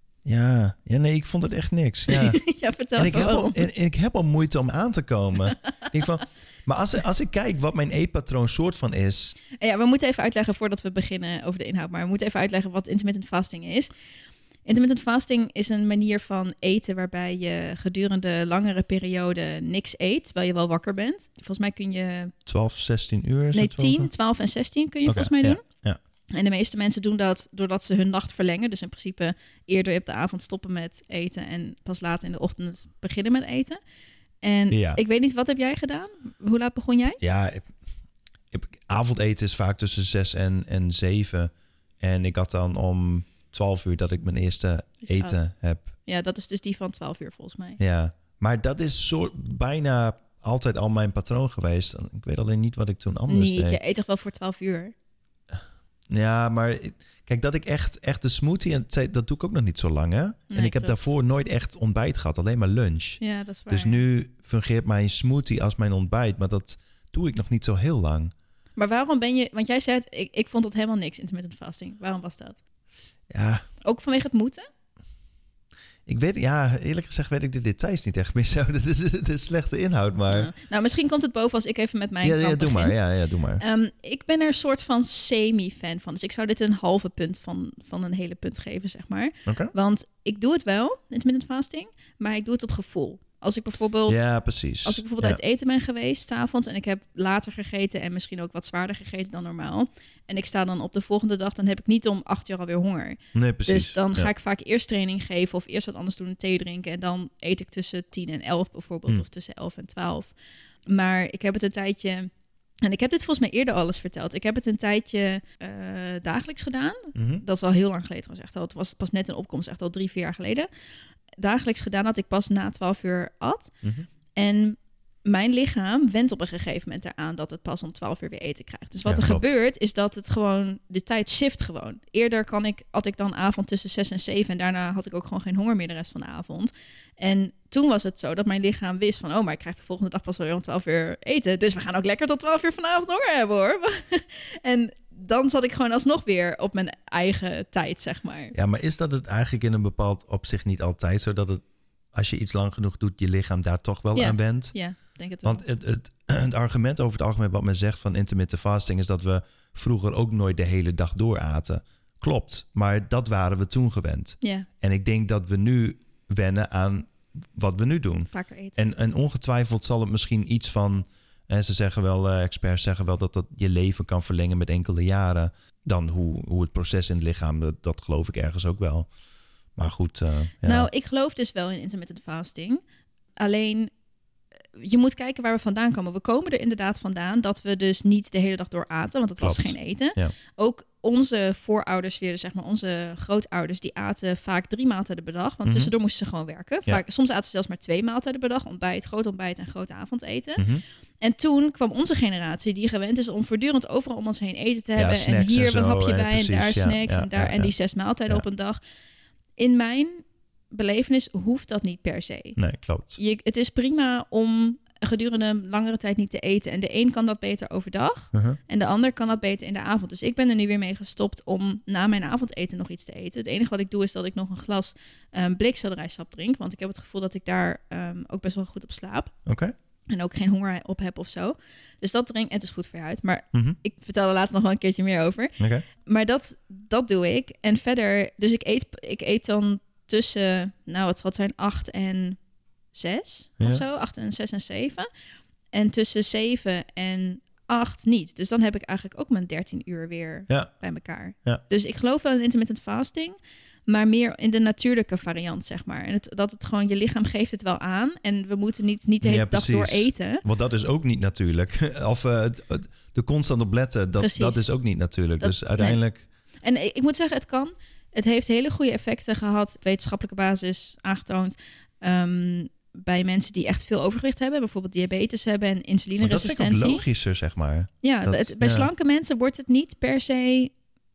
Speaker 2: Ja, ja nee, ik vond het echt niks. Ja.
Speaker 1: ja vertel
Speaker 2: en, ik
Speaker 1: me
Speaker 2: heb al,
Speaker 1: waarom.
Speaker 2: en, en ik heb al moeite om aan te komen. Ik denk van, maar als, als ik kijk wat mijn eetpatroon soort van is...
Speaker 1: Ja, we moeten even uitleggen voordat we beginnen over de inhoud. Maar we moeten even uitleggen wat intermittent fasting is. Intermittent fasting is een manier van eten waarbij je gedurende langere periode niks eet, terwijl je wel wakker bent. Volgens mij kun je...
Speaker 2: twaalf, zestien uur? is
Speaker 1: Nee,
Speaker 2: het wel zo?
Speaker 1: tien, twaalf en zestien kun je
Speaker 2: Oké,
Speaker 1: volgens mij doen.
Speaker 2: Ja, ja.
Speaker 1: En de meeste mensen doen dat doordat ze hun nacht verlengen. Dus in principe eerder op de avond stoppen met eten en pas later in de ochtend beginnen met eten. En
Speaker 2: Ja.
Speaker 1: ik weet niet, wat heb jij gedaan? Hoe laat begon jij?
Speaker 2: Ja, ik- ik- avondeten is vaak tussen zes en, en zeven. En ik had dan om twaalf uur dat ik mijn eerste
Speaker 1: je
Speaker 2: eten heb.
Speaker 1: Ja, dat is dus die van twaalf uur volgens mij.
Speaker 2: Ja, maar dat is soort, bijna altijd al mijn patroon geweest. Ik weet alleen niet wat ik toen anders
Speaker 1: Niet,
Speaker 2: deed.
Speaker 1: je eet toch wel voor twaalf uur?
Speaker 2: Ja, maar ik- kijk, dat ik echt, echt de smoothie... En het- dat doe ik ook nog niet zo lang, hè? en ik heb
Speaker 1: klopt.
Speaker 2: daarvoor nooit echt ontbijt gehad. Alleen maar lunch.
Speaker 1: Ja, dat is waar.
Speaker 2: Dus nu fungeert mijn smoothie als mijn ontbijt. Maar dat doe ik nog niet zo heel lang.
Speaker 1: Maar waarom ben je... Want jij zei, het, ik, ik vond dat helemaal niks, intermittent fasting. Waarom was dat?
Speaker 2: Ja,
Speaker 1: Ook vanwege het moeten?
Speaker 2: ik weet... Ja, eerlijk gezegd weet ik de details niet echt meer zo. Dat is de slechte inhoud, maar...
Speaker 1: Ja. Nou, misschien komt het boven als ik even met mijn
Speaker 2: Ja,
Speaker 1: kant
Speaker 2: ja, doe
Speaker 1: begin.
Speaker 2: maar. Ja, ja, doe maar.
Speaker 1: Ehm, ik ben er een soort van semi-fan van. Dus ik zou dit een halve punt van, van een hele punt geven, zeg maar.
Speaker 2: Oké.
Speaker 1: Want ik doe het wel, intermittent fasting, maar ik doe het op gevoel. Als ik bijvoorbeeld,
Speaker 2: Ja, precies.
Speaker 1: als ik bijvoorbeeld
Speaker 2: Ja.
Speaker 1: uit eten ben geweest, 's avonds, en ik heb later gegeten en misschien ook wat zwaarder gegeten dan normaal. En ik sta dan op de volgende dag, dan heb ik niet om acht uur alweer honger.
Speaker 2: Nee, precies.
Speaker 1: Dus dan ga
Speaker 2: Ja.
Speaker 1: ik vaak eerst training geven of eerst wat anders doen, een thee drinken. En dan eet ik tussen tien en elf bijvoorbeeld,
Speaker 2: Mm.
Speaker 1: of tussen elf en twaalf. Maar ik heb het een tijdje... En ik heb dit volgens mij eerder alles verteld. Ik heb het een tijdje eh, dagelijks gedaan.
Speaker 2: Mhm.
Speaker 1: Dat is al heel lang geleden trouwens. Echt al, het was pas net een opkomst, echt al drie, vier jaar geleden. Dagelijks gedaan dat ik pas na twaalf uur at.
Speaker 2: Mhm.
Speaker 1: En mijn lichaam went op een gegeven moment eraan dat het pas om twaalf uur weer eten krijgt. Dus wat
Speaker 2: Ja,
Speaker 1: er
Speaker 2: klopt.
Speaker 1: gebeurt is dat het gewoon, de tijd shift gewoon. Eerder kan ik, had ik dan avond tussen zes en zeven en daarna had ik ook gewoon geen honger meer de rest van de avond. En toen was het zo dat mijn lichaam wist van, oh, maar ik krijg de volgende dag pas weer om twaalf uur eten. Dus we gaan ook lekker tot twaalf uur vanavond honger hebben, hoor. En dan zat ik gewoon alsnog weer op mijn eigen tijd, zeg maar.
Speaker 2: Ja, maar is dat het eigenlijk in een bepaald opzicht niet altijd zo dat het, als je iets lang genoeg doet, je lichaam daar toch wel
Speaker 1: Ja.
Speaker 2: aan went?
Speaker 1: Ja, ik denk het wel.
Speaker 2: Want het, het, het argument over het algemeen wat men zegt van intermittent fasting is dat we vroeger ook nooit de hele dag door aten. Klopt, maar dat waren we toen gewend.
Speaker 1: Ja,
Speaker 2: En ik denk dat we nu wennen aan wat we nu doen.
Speaker 1: vaker eten.
Speaker 2: En, en ongetwijfeld zal het misschien iets van... En ze zeggen wel, eh, experts zeggen wel dat dat je leven kan verlengen met enkele jaren. Dan hoe, hoe het proces in het lichaam, dat, dat geloof ik ergens ook wel. Maar goed, eh, ja.
Speaker 1: Nou, ik geloof dus wel in intermittent fasting. Alleen, je moet kijken waar we vandaan komen. We komen er inderdaad vandaan dat we dus niet de hele dag door aten, want het was
Speaker 2: Klopt.
Speaker 1: geen eten.
Speaker 2: Ja.
Speaker 1: Ook onze voorouders weer, zeg maar onze grootouders, die aten vaak drie maaltijden per dag. Want
Speaker 2: Mm-hmm.
Speaker 1: tussendoor moesten ze gewoon werken.
Speaker 2: Ja.
Speaker 1: Vaak, soms aten ze zelfs maar twee maaltijden per dag. Ontbijt, groot ontbijt en groot avondeten.
Speaker 2: Mm-hmm.
Speaker 1: En toen kwam onze generatie die gewend is om voortdurend overal om ons heen eten te
Speaker 2: Ja,
Speaker 1: hebben. En
Speaker 2: snacks
Speaker 1: hier
Speaker 2: en
Speaker 1: een
Speaker 2: zo,
Speaker 1: hapje
Speaker 2: hè,
Speaker 1: bij
Speaker 2: precies,
Speaker 1: en daar
Speaker 2: ja,
Speaker 1: snacks
Speaker 2: ja,
Speaker 1: en daar
Speaker 2: ja,
Speaker 1: en
Speaker 2: ja.
Speaker 1: die zes maaltijden
Speaker 2: Ja.
Speaker 1: op een dag. In mijn belevenis hoeft dat niet per se.
Speaker 2: Nee, klopt.
Speaker 1: Je, het is prima om gedurende een langere tijd niet te eten. En de een kan dat beter overdag
Speaker 2: Uh-huh.
Speaker 1: en de ander kan dat beter in de avond. Dus ik ben er nu weer mee gestopt om na mijn avondeten nog iets te eten. Het enige wat ik doe is dat ik nog een glas um, blikselderijsap drink. Want ik heb het gevoel dat ik daar um, ook best wel goed op slaap.
Speaker 2: Oké. Okay.
Speaker 1: En ook geen honger op heb of zo. Dus dat drink, en het is goed voor je huid. Maar
Speaker 2: Mm-hmm.
Speaker 1: ik vertel er later nog wel een keertje meer over.
Speaker 2: Okay.
Speaker 1: Maar dat, dat doe ik. En verder, dus ik eet, ik eet dan tussen, nou wat zal het zijn, acht en zes
Speaker 2: Ja.
Speaker 1: of zo. Acht en zes en zeven. En tussen zeven en acht niet. Dus dan heb ik eigenlijk ook mijn dertien uur weer
Speaker 2: Ja.
Speaker 1: bij elkaar.
Speaker 2: Ja.
Speaker 1: Dus ik geloof wel in intermittent fasting, maar meer in de natuurlijke variant, zeg maar. En het, dat het gewoon, je lichaam geeft het wel aan. En we moeten niet, niet de hele
Speaker 2: Ja,
Speaker 1: dag door
Speaker 2: precies.
Speaker 1: eten.
Speaker 2: Want dat is ook niet natuurlijk. Of uh, de constant op letten, dat,
Speaker 1: Precies.
Speaker 2: dat is ook niet natuurlijk.
Speaker 1: Dat-
Speaker 2: dus uiteindelijk...
Speaker 1: En ik ik moet zeggen, het kan. Het heeft hele goede effecten gehad, op wetenschappelijke basis aangetoond, um, bij mensen die echt veel overgewicht hebben, bijvoorbeeld diabetes hebben en
Speaker 2: Maar dat vind ik ook
Speaker 1: insulineresistentie.
Speaker 2: logischer, zeg maar.
Speaker 1: Ja,
Speaker 2: Dat-
Speaker 1: het, bij
Speaker 2: ja.
Speaker 1: slanke mensen wordt het niet per se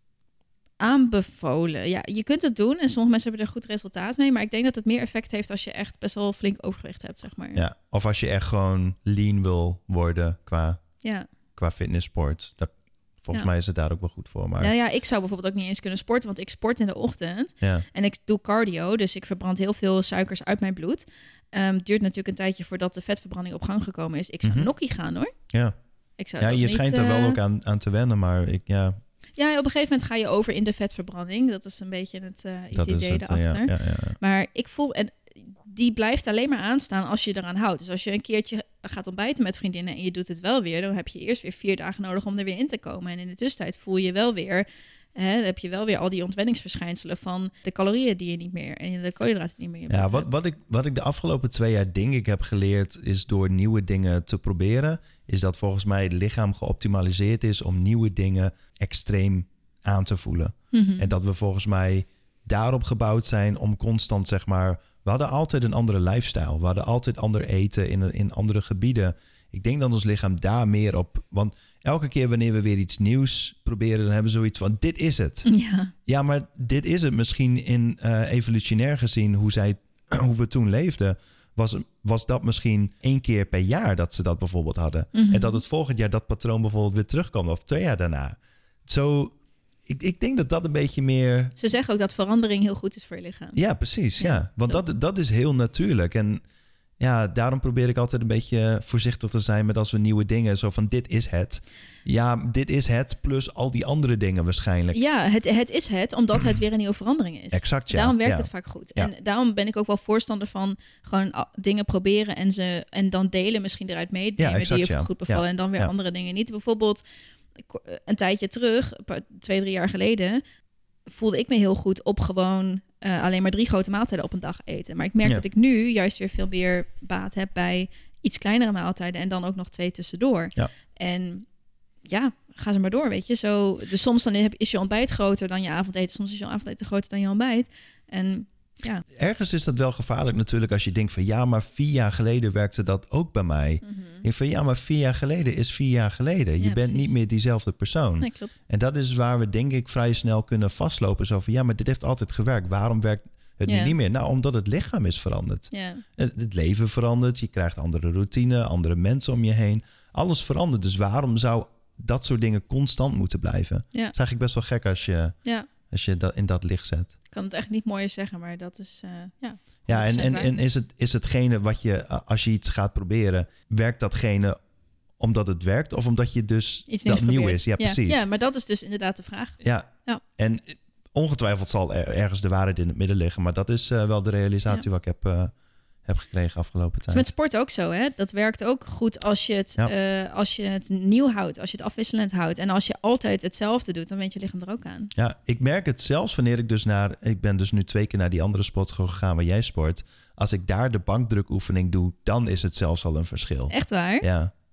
Speaker 1: aanbevolen. Ja, je kunt het doen en sommige mensen hebben er goed resultaat mee, maar ik denk dat het meer effect heeft als je echt best wel flink overgewicht hebt, zeg maar.
Speaker 2: Ja. Of als je echt gewoon lean wil worden qua,
Speaker 1: Ja.
Speaker 2: qua fitnesssport. Dat, volgens
Speaker 1: Ja.
Speaker 2: mij is het daar ook wel goed voor. Maar
Speaker 1: Nou ja, ik zou bijvoorbeeld ook niet eens kunnen sporten, want ik sport in de ochtend.
Speaker 2: ja.
Speaker 1: En ik doe cardio, dus ik verbrand heel veel suikers uit mijn bloed. Um, het duurt natuurlijk een tijdje voordat de vetverbranding op gang gekomen is. Ik zou
Speaker 2: Mhm.
Speaker 1: nokkie gaan, hoor.
Speaker 2: Ja,
Speaker 1: Ik zou
Speaker 2: ja
Speaker 1: dat
Speaker 2: je
Speaker 1: niet,
Speaker 2: schijnt er wel
Speaker 1: eh,
Speaker 2: ook aan, aan te wennen, maar ik, ja,
Speaker 1: Ja, op een gegeven moment ga je over in de vetverbranding. Dat is een beetje het uh,
Speaker 2: dat is
Speaker 1: idee
Speaker 2: het.
Speaker 1: erachter.
Speaker 2: Ja, ja, ja.
Speaker 1: Maar ik voel... En die blijft alleen maar aanstaan als je eraan houdt. Dus als je een keertje gaat ontbijten met vriendinnen en je doet het wel weer, dan heb je eerst weer vier dagen nodig om er weer in te komen. En in de tussentijd voel je wel weer... Hè, dan heb je wel weer al die ontwenningsverschijnselen van de calorieën die je niet meer en de koolhydraten die je niet meer
Speaker 2: Ja,
Speaker 1: in
Speaker 2: wat,
Speaker 1: hebt.
Speaker 2: wat, ik, wat ik de afgelopen twee jaar denk ik heb geleerd is door nieuwe dingen te proberen, is dat volgens mij het lichaam geoptimaliseerd is om nieuwe dingen extreem aan te voelen.
Speaker 1: Mhm.
Speaker 2: En dat we volgens mij daarop gebouwd zijn om constant, zeg maar... We hadden altijd een andere lifestyle. We hadden altijd ander eten in, in andere gebieden. Ik denk dat ons lichaam daar meer op... Want elke keer wanneer we weer iets nieuws proberen, dan hebben we zoiets van, dit is het.
Speaker 1: Ja.
Speaker 2: Ja, maar dit is het misschien in uh, evolutionair gezien, hoe, zij, hoe we toen leefden, was, was dat misschien één keer per jaar dat ze dat bijvoorbeeld hadden.
Speaker 1: Mhm.
Speaker 2: En dat het volgend jaar dat patroon bijvoorbeeld weer terugkwam, of twee jaar daarna. Zo, ik, ik denk dat dat een beetje meer...
Speaker 1: Ze zeggen ook dat verandering heel goed is voor je lichaam.
Speaker 2: Ja, precies, ja.
Speaker 1: Ja,
Speaker 2: Want
Speaker 1: klopt.
Speaker 2: dat, dat is heel natuurlijk. En ja, daarom probeer ik altijd een beetje voorzichtig te zijn met als we nieuwe dingen, zo van dit is het. Ja, dit is het, plus al die andere dingen waarschijnlijk.
Speaker 1: Ja, het, het is het, omdat het weer een nieuwe verandering is.
Speaker 2: Exact, ja.
Speaker 1: Daarom werkt
Speaker 2: Ja.
Speaker 1: het vaak goed.
Speaker 2: Ja.
Speaker 1: En daarom ben ik ook wel voorstander van gewoon a- dingen proberen en ze en dan delen, misschien eruit meenemen
Speaker 2: Ja, exact,
Speaker 1: die je
Speaker 2: ja.
Speaker 1: goed bevallen
Speaker 2: Ja.
Speaker 1: en dan weer
Speaker 2: Ja.
Speaker 1: andere dingen niet. Bijvoorbeeld ik- een tijdje terug, een paar- twee, drie jaar geleden, voelde ik me heel goed op gewoon eh, alleen maar drie grote maaltijden op een dag eten. Maar ik merk
Speaker 2: Ja.
Speaker 1: dat ik nu juist weer veel meer baat heb bij iets kleinere maaltijden en dan ook nog twee tussendoor.
Speaker 2: Ja.
Speaker 1: En ja, ga ze maar door, weet je. Zo, dus soms dan heb, is je ontbijt groter dan je avondeten. Soms is je avondeten groter dan je ontbijt. En ja.
Speaker 2: Ergens is dat wel gevaarlijk natuurlijk als je denkt van ja, maar vier jaar geleden werkte dat ook bij mij.
Speaker 1: Mm-hmm.
Speaker 2: Ik denk van ja, maar vier jaar geleden is vier jaar geleden. Je
Speaker 1: Ja,
Speaker 2: bent
Speaker 1: precies.
Speaker 2: niet meer diezelfde persoon.
Speaker 1: Nee, klopt.
Speaker 2: En dat is waar we denk ik vrij snel kunnen vastlopen. Zo van ja, maar dit heeft altijd gewerkt. Waarom werkt het nu
Speaker 1: Ja.
Speaker 2: niet meer? Nou, omdat het lichaam is veranderd.
Speaker 1: Ja.
Speaker 2: Het, het leven verandert. Je krijgt andere routine, andere mensen om je heen. Alles verandert. Dus waarom zou dat soort dingen constant moeten blijven?
Speaker 1: Ja.
Speaker 2: Dat is eigenlijk best wel gek als je,
Speaker 1: Ja.
Speaker 2: als je dat in dat licht zet.
Speaker 1: Ik kan het echt niet mooier zeggen, maar dat is, uh, ja.
Speaker 2: Ja, en, en,
Speaker 1: waar.
Speaker 2: en is, het, is hetgene wat je, als je iets gaat proberen, werkt datgene omdat het werkt of omdat je dus
Speaker 1: Iets
Speaker 2: dat
Speaker 1: nieuws
Speaker 2: nieuw
Speaker 1: probeert.
Speaker 2: is? Ja, precies.
Speaker 1: Ja, maar dat is dus inderdaad de vraag.
Speaker 2: Ja.
Speaker 1: Ja.
Speaker 2: En ongetwijfeld zal er ergens de waarheid in het midden liggen, maar dat is uh, wel de realisatie
Speaker 1: Ja.
Speaker 2: wat ik heb, uh, heb gekregen afgelopen
Speaker 1: Het is
Speaker 2: tijd.
Speaker 1: met sport ook zo, hè? Dat werkt ook goed als je, het,
Speaker 2: Ja.
Speaker 1: uh, als je het nieuw houdt, als je het afwisselend houdt. En als je altijd hetzelfde doet, dan went je lichaam er ook aan.
Speaker 2: Ja, ik merk het zelfs wanneer ik dus naar... Ik ben dus nu twee keer naar die andere sportschool gegaan waar jij sport. Als ik daar de bankdrukoefening doe, dan is het zelfs al een verschil.
Speaker 1: Echt waar?
Speaker 2: Ja.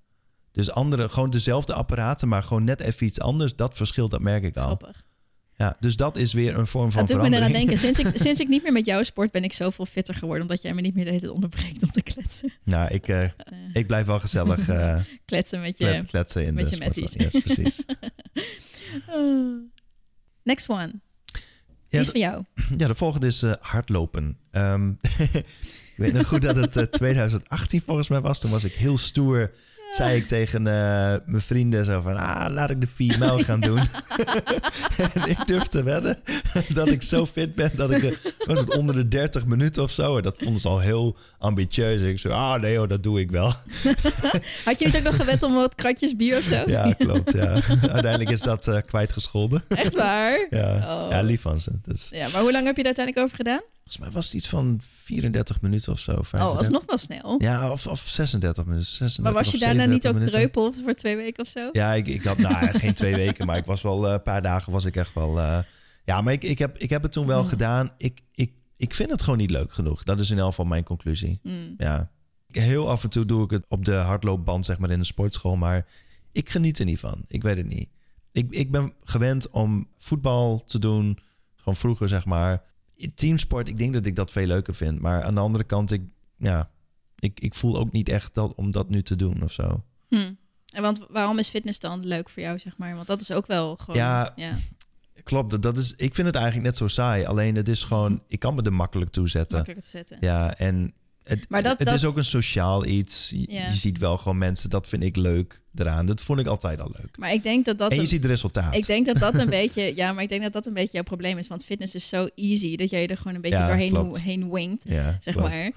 Speaker 2: Dus andere, gewoon dezelfde apparaten, maar gewoon net even iets anders. Dat verschil, dat merk ik al.
Speaker 1: Grappig.
Speaker 2: Ja, dus dat is weer een vorm van
Speaker 1: dat doet
Speaker 2: verandering.
Speaker 1: me eraan denken. Sinds ik, sinds ik niet meer met jou sport, ben ik zoveel fitter geworden. Omdat jij me niet meer de hele tijd onderbreekt om te kletsen.
Speaker 2: Nou, ik, uh, uh, ik blijf wel gezellig uh,
Speaker 1: kletsen met je,
Speaker 2: klet, kletsen in
Speaker 1: met
Speaker 2: de
Speaker 1: je
Speaker 2: sportschool.
Speaker 1: matties.
Speaker 2: Yes, precies.
Speaker 1: uh, next one. Die
Speaker 2: Ja,
Speaker 1: is van jou.
Speaker 2: Ja, de volgende is uh, hardlopen. Um, ik weet nog goed dat het uh, twintig achttien volgens mij was. Toen was ik heel stoer. Zei ik tegen uh, mijn vrienden zo van... ah, laat ik de vier mijl gaan doen. En ik durf te wedden dat ik zo fit ben... dat ik... Uh, was het onder de dertig minuten of zo? En dat vonden ze al heel ambitieus. En ik zo, ah nee hoor, dat doe ik wel.
Speaker 1: Had je niet ook nog gewet om wat kratjes bier of zo?
Speaker 2: Ja, klopt. Ja. Uiteindelijk is dat uh, kwijtgescholden.
Speaker 1: Echt waar?
Speaker 2: Ja,
Speaker 1: oh.
Speaker 2: ja, lief van ze. Dus.
Speaker 1: Ja, maar hoe lang heb je daar uiteindelijk over gedaan?
Speaker 2: Volgens mij was het iets van vierendertig minuten of zo. vijfendertig.
Speaker 1: Oh, alsnog wel snel.
Speaker 2: Ja, of, of zesendertig minuten. zesendertig
Speaker 1: maar was je daarna niet ook kreupel voor twee weken of zo?
Speaker 2: Ja, ik, ik had nou, geen twee weken, maar ik was wel een uh, paar dagen was ik echt wel... Uh, ja, maar ik, ik, heb, ik heb het toen wel mm. gedaan. Ik, ik, ik vind het gewoon niet leuk genoeg. Dat is in elk geval mijn conclusie. Mm. Ja. Heel af en toe doe ik het op de hardloopband, zeg maar, in de sportschool. Maar ik geniet er niet van. Ik weet het niet. Ik, ik ben gewend om voetbal te doen. Gewoon vroeger, zeg maar. Teamsport, ik denk dat ik dat veel leuker vind. Maar aan de andere kant, ik, ja, ik, ik voel ook niet echt dat om dat nu te doen of zo.
Speaker 1: Hm. En want waarom is fitness dan leuk voor jou, zeg maar? Want dat is ook wel gewoon...
Speaker 2: Ja,
Speaker 1: ja.
Speaker 2: klopt. Dat is, ik vind het eigenlijk net zo saai. Alleen het is gewoon, ik kan me er makkelijk toe zetten.
Speaker 1: Makkelijk te zetten.
Speaker 2: Ja, en het,
Speaker 1: maar dat,
Speaker 2: het
Speaker 1: dat...
Speaker 2: is ook een sociaal iets. Je,
Speaker 1: ja.
Speaker 2: je ziet wel gewoon mensen, dat vind ik leuk eraan. Dat vond ik altijd al leuk.
Speaker 1: Maar ik denk dat dat...
Speaker 2: En je
Speaker 1: een...
Speaker 2: ziet het resultaat.
Speaker 1: Ik denk dat dat een beetje... Ja, maar ik denk dat dat een beetje jouw probleem is. Want fitness is zo easy dat jij er gewoon een beetje
Speaker 2: ja,
Speaker 1: doorheen heen winkt.
Speaker 2: Ja,
Speaker 1: zeg
Speaker 2: klopt.
Speaker 1: maar.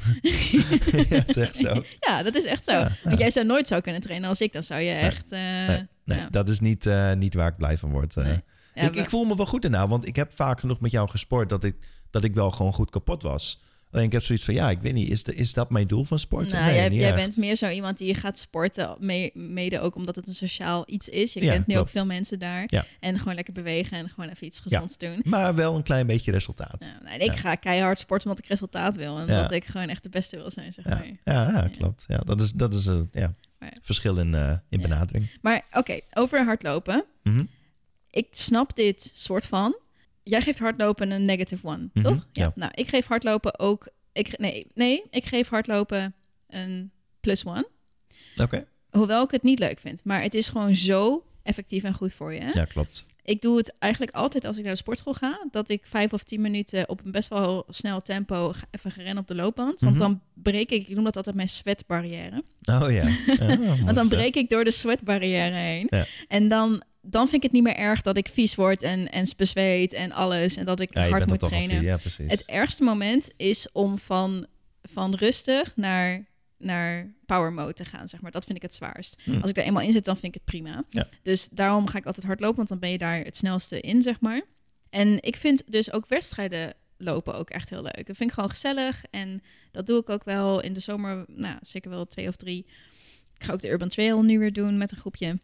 Speaker 2: Ja, het is echt zo.
Speaker 1: Ja, dat is echt zo.
Speaker 2: Ja,
Speaker 1: Want
Speaker 2: ja.
Speaker 1: jij zou nooit zo kunnen trainen als ik. Dan zou je echt... Uh,
Speaker 2: nee, nee
Speaker 1: ja.
Speaker 2: dat is niet, uh, niet waar ik blij van word. Uh.
Speaker 1: Nee. Ja,
Speaker 2: ik,
Speaker 1: maar...
Speaker 2: ik voel me wel goed erna, want ik heb vaak genoeg met jou gesport dat ik, dat ik wel gewoon goed kapot was. Alleen ik heb zoiets van, ja, ik weet niet, is, de, is dat mijn doel van sporten?
Speaker 1: Nou,
Speaker 2: nee,
Speaker 1: jij,
Speaker 2: niet
Speaker 1: jij
Speaker 2: echt.
Speaker 1: bent meer zo iemand die gaat sporten, mee, mede ook omdat het een sociaal iets is. Je
Speaker 2: Ja,
Speaker 1: kent nu
Speaker 2: klopt.
Speaker 1: ook veel mensen daar.
Speaker 2: Ja.
Speaker 1: En gewoon lekker bewegen en gewoon even iets gezonds
Speaker 2: ja.
Speaker 1: doen.
Speaker 2: Maar wel een klein beetje resultaat.
Speaker 1: Nou, nou, ik ja. ga keihard sporten omdat ik resultaat wil. En
Speaker 2: ja.
Speaker 1: dat ik gewoon echt de beste wil zijn, zeg
Speaker 2: ja.
Speaker 1: maar.
Speaker 2: Ja, ja, klopt. Ja, dat is, dat is een ja,
Speaker 1: maar,
Speaker 2: verschil in, uh, in
Speaker 1: ja.
Speaker 2: benadering.
Speaker 1: Maar oké, okay, over hardlopen.
Speaker 2: Mm-hmm.
Speaker 1: Ik snap dit soort van. Jij geeft hardlopen een negative one,
Speaker 2: mm-hmm.
Speaker 1: toch? Ja.
Speaker 2: ja.
Speaker 1: Nou, ik geef hardlopen ook... Ik, nee, nee, ik geef hardlopen een plus one.
Speaker 2: Oké. Okay.
Speaker 1: Hoewel ik het niet leuk vind. Maar het is gewoon zo effectief en goed voor je. Hè?
Speaker 2: Ja, klopt.
Speaker 1: Ik doe het eigenlijk altijd als ik naar de sportschool ga. Dat ik vijf of tien minuten op een best wel snel tempo ga, even ga rennen op de loopband. Want mm-hmm. dan breek ik, ik noem dat altijd mijn sweatbarrière.
Speaker 2: Oh ja. Oh,
Speaker 1: want dan breek ik door de sweatbarrière heen.
Speaker 2: Ja.
Speaker 1: En dan... dan vind ik het niet meer erg dat ik vies word en, en bezweet en alles. En dat ik
Speaker 2: ja,
Speaker 1: hard moet trainen.
Speaker 2: Ja, precies.
Speaker 1: Het ergste moment is om van, van rustig naar, naar power mode te gaan, zeg maar. Dat vind ik het zwaarst. Hmm. Als ik er eenmaal in zit, dan vind ik het prima.
Speaker 2: Ja.
Speaker 1: Dus daarom ga ik altijd hardlopen, want dan ben je daar het snelste in, zeg maar. En ik vind dus ook wedstrijden lopen ook echt heel leuk. Dat vind ik gewoon gezellig. En dat doe ik ook wel in de zomer, nou, zeker wel twee of drie. Ik ga ook de Urban Trail nu weer doen met een groepje.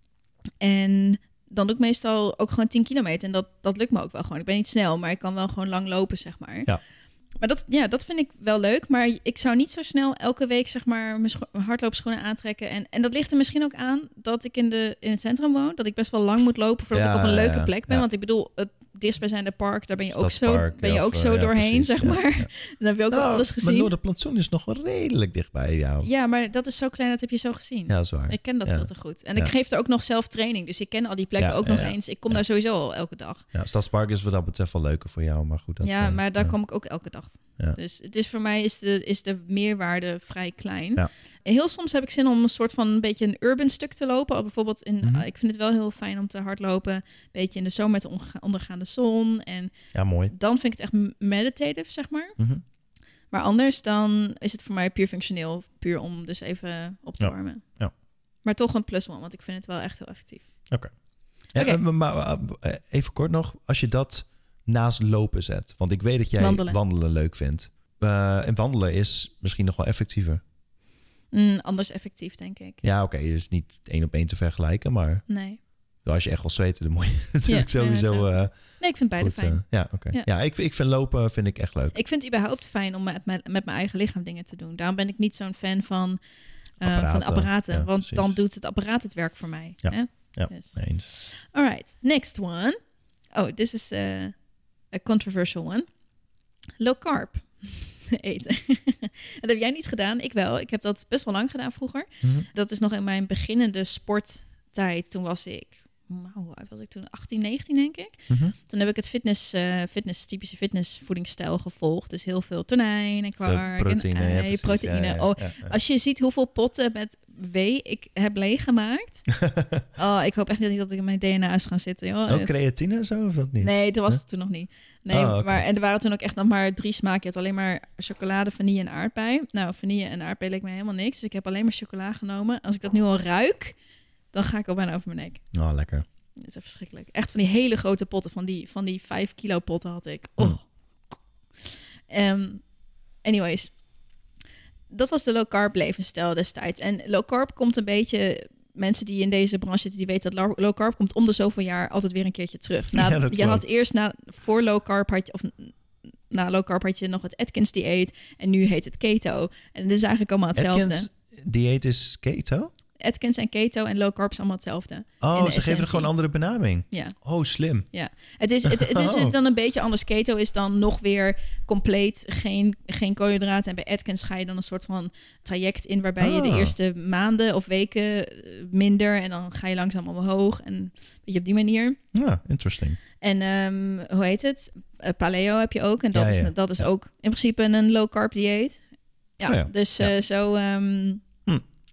Speaker 1: En dan doe ik meestal ook gewoon tien kilometer. En dat, dat lukt me ook wel gewoon. Ik ben niet snel, maar ik kan wel gewoon lang lopen, zeg maar.
Speaker 2: Ja.
Speaker 1: Maar dat, ja, dat vind ik wel leuk. Maar ik zou niet zo snel elke week, zeg maar, mijn, scho- mijn hardloopschoenen aantrekken. En, en dat ligt er misschien ook aan dat ik in, de, in het centrum woon. Dat ik best wel lang moet lopen voordat
Speaker 2: ja,
Speaker 1: ik op een leuke
Speaker 2: ja,
Speaker 1: plek ben.
Speaker 2: Ja.
Speaker 1: Want ik bedoel, het dichtstbijzijnde park, daar ben je ook zo, ben je
Speaker 2: ja,
Speaker 1: ook zo
Speaker 2: ja,
Speaker 1: doorheen,
Speaker 2: precies,
Speaker 1: zeg
Speaker 2: ja,
Speaker 1: maar.
Speaker 2: Ja.
Speaker 1: Dan heb je ook
Speaker 2: nou,
Speaker 1: al alles gezien.
Speaker 2: Maar Noorderplantsoen is nog wel redelijk dichtbij jou.
Speaker 1: Ja, maar dat is zo klein, dat heb je zo gezien.
Speaker 2: Ja, dat is waar.
Speaker 1: Ik ken dat
Speaker 2: ja.
Speaker 1: veel te goed. En
Speaker 2: ja.
Speaker 1: ik geef er ook nog zelf training. Dus ik ken al die plekken
Speaker 2: ja,
Speaker 1: ook
Speaker 2: ja,
Speaker 1: nog
Speaker 2: ja.
Speaker 1: eens. Ik kom
Speaker 2: ja.
Speaker 1: daar sowieso al elke dag.
Speaker 2: Ja, Stadspark is wat dat betreft wel leuker voor jou. Maar goed, dat,
Speaker 1: ja,
Speaker 2: uh,
Speaker 1: maar daar
Speaker 2: ja.
Speaker 1: kom ik ook elke dag.
Speaker 2: Ja.
Speaker 1: Dus het is voor mij is de, is de meerwaarde vrij klein.
Speaker 2: Ja.
Speaker 1: Heel soms heb ik zin om een soort van een beetje een urban stuk te lopen. Bijvoorbeeld, in,
Speaker 2: mm-hmm.
Speaker 1: uh, ik vind het wel heel fijn om te hardlopen. Een beetje in de zomer met de onge- ondergaande zon. En
Speaker 2: ja, mooi.
Speaker 1: dan vind ik het echt meditative, zeg maar.
Speaker 2: Mm-hmm.
Speaker 1: Maar anders dan is het voor mij puur functioneel. Puur om dus even op te
Speaker 2: ja.
Speaker 1: warmen.
Speaker 2: Ja.
Speaker 1: Maar toch een plus one, want ik vind het wel echt heel effectief.
Speaker 2: Oké. Okay. Ja,
Speaker 1: okay.
Speaker 2: uh, maar uh, even kort nog. Als je dat naast lopen zet. Want ik weet dat jij
Speaker 1: wandelen,
Speaker 2: wandelen leuk vindt. Uh, en wandelen is misschien nog wel effectiever.
Speaker 1: Mm, anders effectief, denk ik.
Speaker 2: Ja, oké. Okay, dus niet één op één te vergelijken, maar...
Speaker 1: Nee.
Speaker 2: Als je echt wil zweten, dan moet je natuurlijk
Speaker 1: ja,
Speaker 2: sowieso...
Speaker 1: Ja,
Speaker 2: uh,
Speaker 1: nee, ik vind beide
Speaker 2: goed,
Speaker 1: fijn.
Speaker 2: Uh, ja, oké. Okay.
Speaker 1: Ja,
Speaker 2: ja ik, ik vind lopen vind ik echt leuk.
Speaker 1: Ik vind het überhaupt fijn om met, met, met mijn eigen lichaam dingen te doen. Daarom ben ik niet zo'n fan van
Speaker 2: apparaten.
Speaker 1: van de apparaten.
Speaker 2: Ja,
Speaker 1: want
Speaker 2: precies.
Speaker 1: dan doet het apparaat het werk voor mij.
Speaker 2: Ja.
Speaker 1: Hè?
Speaker 2: Ja,
Speaker 1: Dus.
Speaker 2: eens.
Speaker 1: Alright, next one. Oh, this is uh, a controversial one. Low carb eten. Dat heb jij niet gedaan, ik wel. Ik heb dat best wel lang gedaan vroeger.
Speaker 2: Mm-hmm.
Speaker 1: Dat is nog in mijn beginnende sporttijd. Toen was ik, nou, hoe oud was ik toen? achttien, negentien denk ik.
Speaker 2: Mm-hmm.
Speaker 1: Toen heb ik het fitness, uh, fitness typische fitnessvoedingsstijl gevolgd. Dus heel veel tonijn en kwark
Speaker 2: proteïne,
Speaker 1: en ei,
Speaker 2: ja, precies.
Speaker 1: proteïne.
Speaker 2: Ja, ja,
Speaker 1: oh,
Speaker 2: ja, ja.
Speaker 1: Als je ziet hoeveel potten met whey ik heb leeggemaakt. Oh, ik hoop echt niet dat ik in mijn D N A is gaan zitten. Joh.
Speaker 2: Ook creatine en zo, of dat niet?
Speaker 1: Nee, dat was
Speaker 2: Huh?
Speaker 1: het toen nog niet. Nee,
Speaker 2: Oh, okay.
Speaker 1: maar en er waren toen ook echt nog maar drie smaken. Je had alleen maar chocolade, vanille en aardbei. Nou, vanille en aardbei leek me helemaal niks. Dus ik heb alleen maar chocola genomen. Als ik dat nu al ruik, dan ga ik al bijna over mijn nek.
Speaker 2: Oh, lekker.
Speaker 1: Dat is echt verschrikkelijk. Echt van die hele grote potten, van die, van die vijf kilo potten had ik. Oh.
Speaker 2: Mm.
Speaker 1: Um, anyways, dat was de low carb levensstijl destijds. En low carb komt een beetje... Mensen die in deze branche zitten, die weten dat low carb komt om de zoveel jaar altijd weer een keertje terug. Na,
Speaker 2: Ja, dat
Speaker 1: je had
Speaker 2: klopt.
Speaker 1: eerst na, voor low carb had je, of na low carb had je nog het Atkins dieet en nu heet het keto. En het is eigenlijk allemaal hetzelfde.
Speaker 2: Atkins dieet is keto?
Speaker 1: Atkins en keto en low carb is allemaal hetzelfde.
Speaker 2: Oh,
Speaker 1: In de
Speaker 2: ze geven er
Speaker 1: essentie.
Speaker 2: gewoon een andere benaming.
Speaker 1: Ja.
Speaker 2: Oh, slim.
Speaker 1: Ja, het is, het, het is
Speaker 2: Oh.
Speaker 1: dan een beetje anders. Keto is dan nog weer compleet geen, geen koolhydraten. En bij Atkins ga je dan een soort van traject in... waarbij je de
Speaker 2: Ah.
Speaker 1: eerste maanden of weken eh, minder... en dan ga je langzaam omhoog. En een beetje op die manier.
Speaker 2: Ja, interesting.
Speaker 1: En um, hoe heet het? Uh, paleo heb je ook. En dat
Speaker 2: Ja, ja.
Speaker 1: is, dat is
Speaker 2: Ja.
Speaker 1: ook in principe een low carb dieet. Ja,
Speaker 2: Oh ja.
Speaker 1: dus
Speaker 2: Ja.
Speaker 1: uh, zo... Um,
Speaker 2: Hm.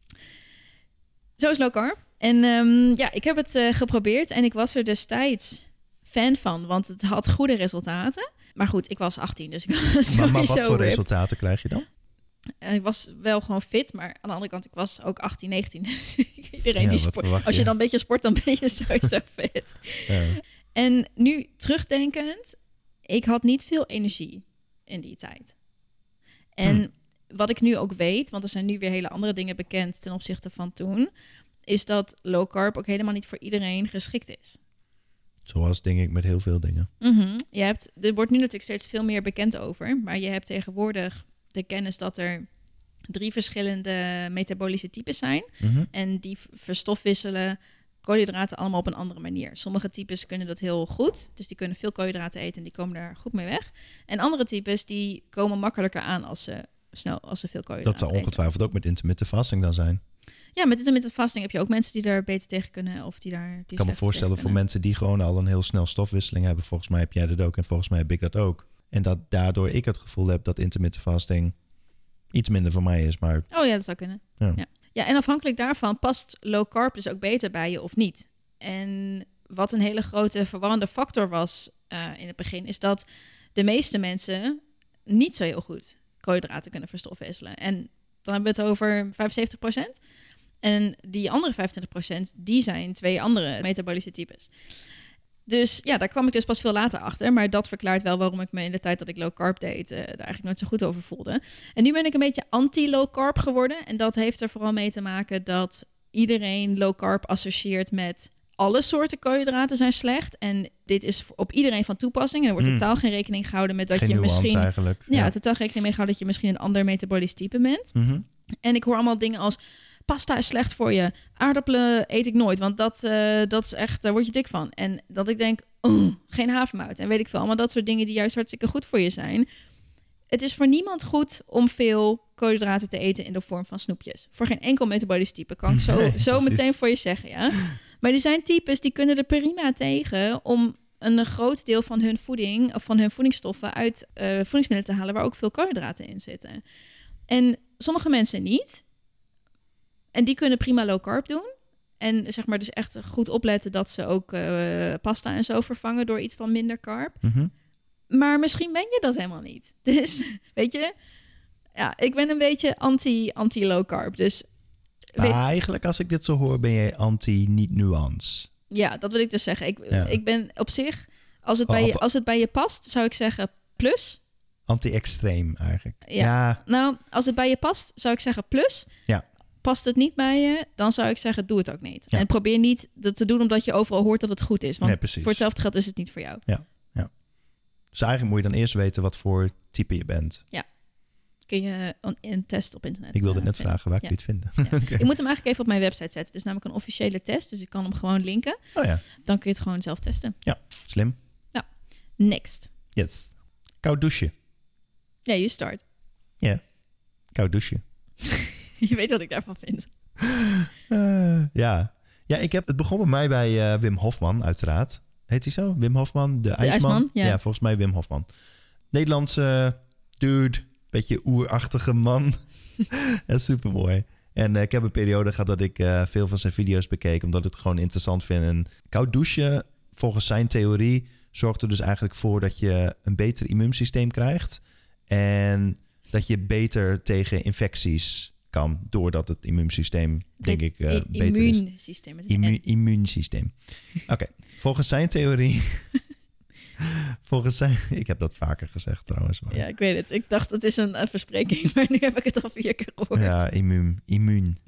Speaker 1: Zo is low carb. En um, ja, ik heb het uh, geprobeerd en ik was er destijds fan van, want het had goede resultaten. Maar goed, ik was achttien, dus ik was
Speaker 2: Maar,
Speaker 1: sowieso
Speaker 2: maar wat voor
Speaker 1: ripped.
Speaker 2: resultaten krijg je dan?
Speaker 1: Uh, ik was wel gewoon fit, maar aan de andere kant, ik was ook achttien, negentien. Dus iedereen
Speaker 2: Ja,
Speaker 1: die
Speaker 2: wat
Speaker 1: sport.
Speaker 2: verwacht
Speaker 1: Als je
Speaker 2: je?
Speaker 1: dan een beetje sport, dan ben je sowieso fit.
Speaker 2: Ja.
Speaker 1: En nu terugdenkend, ik had niet veel energie in die tijd. En
Speaker 2: Hm.
Speaker 1: wat ik nu ook weet, want er zijn nu weer hele andere dingen bekend ten opzichte van toen, is dat low carb ook helemaal niet voor iedereen geschikt is.
Speaker 2: Zoals denk ik met heel veel dingen.
Speaker 1: Mm-hmm. Je hebt, er wordt nu natuurlijk steeds veel meer bekend over, maar je hebt tegenwoordig de kennis dat er drie verschillende metabolische types zijn.
Speaker 2: Mm-hmm.
Speaker 1: En die v- verstofwisselen koolhydraten allemaal op een andere manier. Sommige types kunnen dat heel goed. Dus die kunnen veel koolhydraten eten en die komen daar goed mee weg. En andere types die komen makkelijker aan als ze snel als ze veel
Speaker 2: Dat
Speaker 1: koolhydraten
Speaker 2: zou
Speaker 1: eten.
Speaker 2: ongetwijfeld ook met intermittent fasting dan zijn.
Speaker 1: Ja, met intermittent fasting heb je ook mensen die daar beter tegen kunnen of die daar. Die
Speaker 2: Ik kan me
Speaker 1: slechter
Speaker 2: voorstellen
Speaker 1: tegen
Speaker 2: voor
Speaker 1: kunnen.
Speaker 2: mensen die gewoon al een heel snel stofwisseling hebben. Volgens mij heb jij dat ook en volgens mij heb ik dat ook. En dat daardoor ik het gevoel heb dat intermittent fasting iets minder voor mij is. Maar
Speaker 1: Oh ja, dat zou kunnen.
Speaker 2: ja.
Speaker 1: Ja. Ja, en afhankelijk daarvan past low carb dus ook beter bij je of niet. En wat een hele grote verwarrende factor was uh, in het begin, is dat de meeste mensen niet zo heel goed koolhydraten kunnen verstofwisselen. En dan hebben we het over vijfenzeventig procent. En die andere vijfentwintig procent, die zijn twee andere metabolische types. Dus ja, daar kwam ik dus pas veel later achter. Maar dat verklaart wel waarom ik me in de tijd dat ik low carb deed... Uh, daar eigenlijk nooit zo goed over voelde. En nu ben ik een beetje anti-low carb geworden. En dat heeft er vooral mee te maken dat iedereen low carb associeert met... alle soorten koolhydraten zijn slecht. En dit is op iedereen van toepassing. En er wordt
Speaker 2: Mm.
Speaker 1: totaal geen rekening gehouden met dat
Speaker 2: geen
Speaker 1: je
Speaker 2: nuance
Speaker 1: misschien...
Speaker 2: eigenlijk.
Speaker 1: Ja, totaal rekening mee gehouden dat je misschien een ander metabolisch type bent.
Speaker 2: Mm-hmm.
Speaker 1: En ik hoor allemaal dingen als... pasta is slecht voor je. Aardappelen eet ik nooit, want dat, uh, dat is echt... daar word je dik van. En dat ik denk, oh, geen havermout. En weet ik veel, allemaal dat soort dingen die juist hartstikke goed voor je zijn. Het is voor niemand goed om veel koolhydraten te eten in de vorm van snoepjes. Voor geen enkel metabolisch type, kan ik zo,
Speaker 2: Nee,
Speaker 1: zo
Speaker 2: precies.
Speaker 1: meteen voor je zeggen, ja. Maar er zijn types die kunnen er prima tegen om een groot deel van hun voeding of van hun voedingsstoffen uit uh, voedingsmiddelen te halen waar ook veel koolhydraten in zitten. En sommige mensen niet. En die kunnen prima low carb doen. En zeg maar dus echt goed opletten dat ze ook uh, pasta en zo vervangen door iets van minder carb.
Speaker 2: Mm-hmm.
Speaker 1: Maar misschien ben je dat helemaal niet. Dus weet je, ja, ik ben een beetje anti, anti-low carb. Dus
Speaker 2: Maar
Speaker 1: weet,
Speaker 2: eigenlijk als ik dit zo hoor, ben je anti-niet-nuance.
Speaker 1: ja, dat wil ik dus zeggen. Ik,
Speaker 2: Ja.
Speaker 1: ik ben op zich, als het,
Speaker 2: Oh,
Speaker 1: bij je,
Speaker 2: of-
Speaker 1: als het bij je past, zou ik zeggen plus.
Speaker 2: Anti-extreem eigenlijk.
Speaker 1: Ja.
Speaker 2: ja.
Speaker 1: Nou, als het bij je past, zou ik zeggen plus.
Speaker 2: Ja.
Speaker 1: Past het niet bij je, dan zou ik zeggen, doe het ook niet.
Speaker 2: Ja.
Speaker 1: En probeer niet dat te doen omdat je overal hoort dat het goed is. Want
Speaker 2: Nee, precies.
Speaker 1: voor hetzelfde geld is het niet voor jou.
Speaker 2: Dus eigenlijk moet je dan eerst weten wat voor type je bent.
Speaker 1: Ja. Kun je een test op internet
Speaker 2: Ik wilde
Speaker 1: uh,
Speaker 2: net
Speaker 1: vinden.
Speaker 2: vragen, waar
Speaker 1: Ja.
Speaker 2: kun je het vinden?
Speaker 1: Ja.
Speaker 2: Okay.
Speaker 1: Ik moet hem eigenlijk even op mijn website zetten. Het is namelijk een officiële test, dus ik kan hem gewoon linken.
Speaker 2: Oh ja,
Speaker 1: Dan kun je het gewoon zelf testen.
Speaker 2: slim.
Speaker 1: Next.
Speaker 2: Yes. Koud douchen.
Speaker 1: Ja, you start.
Speaker 2: Koud douchen.
Speaker 1: Je weet wat ik daarvan vind.
Speaker 2: Uh, ja. ja, ik heb het begon bij mij bij uh, Wim Hofman, uiteraard. Heet hij zo? Wim Hofman, de, de ijsman?
Speaker 1: ijsman, ja.
Speaker 2: volgens mij Wim Hofman. Nederlandse dude, beetje oerachtige man. Ja, supermooi. En uh, ik heb een periode gehad dat ik uh, veel van zijn video's bekeek, omdat ik het gewoon interessant vind. En koud douchen, volgens zijn theorie, zorgt er dus eigenlijk voor dat je een beter immuunsysteem krijgt. En dat je beter tegen infecties kan, doordat het immuunsysteem, denk ik, uh,
Speaker 1: I-
Speaker 2: beter is.
Speaker 1: Immuunsysteem. met een
Speaker 2: Immu-
Speaker 1: N.
Speaker 2: immuunsysteem. Oké, okay. Volgens zijn theorie... volgens zijn... Ik heb dat vaker gezegd trouwens. Maar...
Speaker 1: Ja, ik weet het. Ik dacht, het is een uh, verspreking, maar nu heb ik het al vier keer gehoord.
Speaker 2: Ja, immuun. immuun.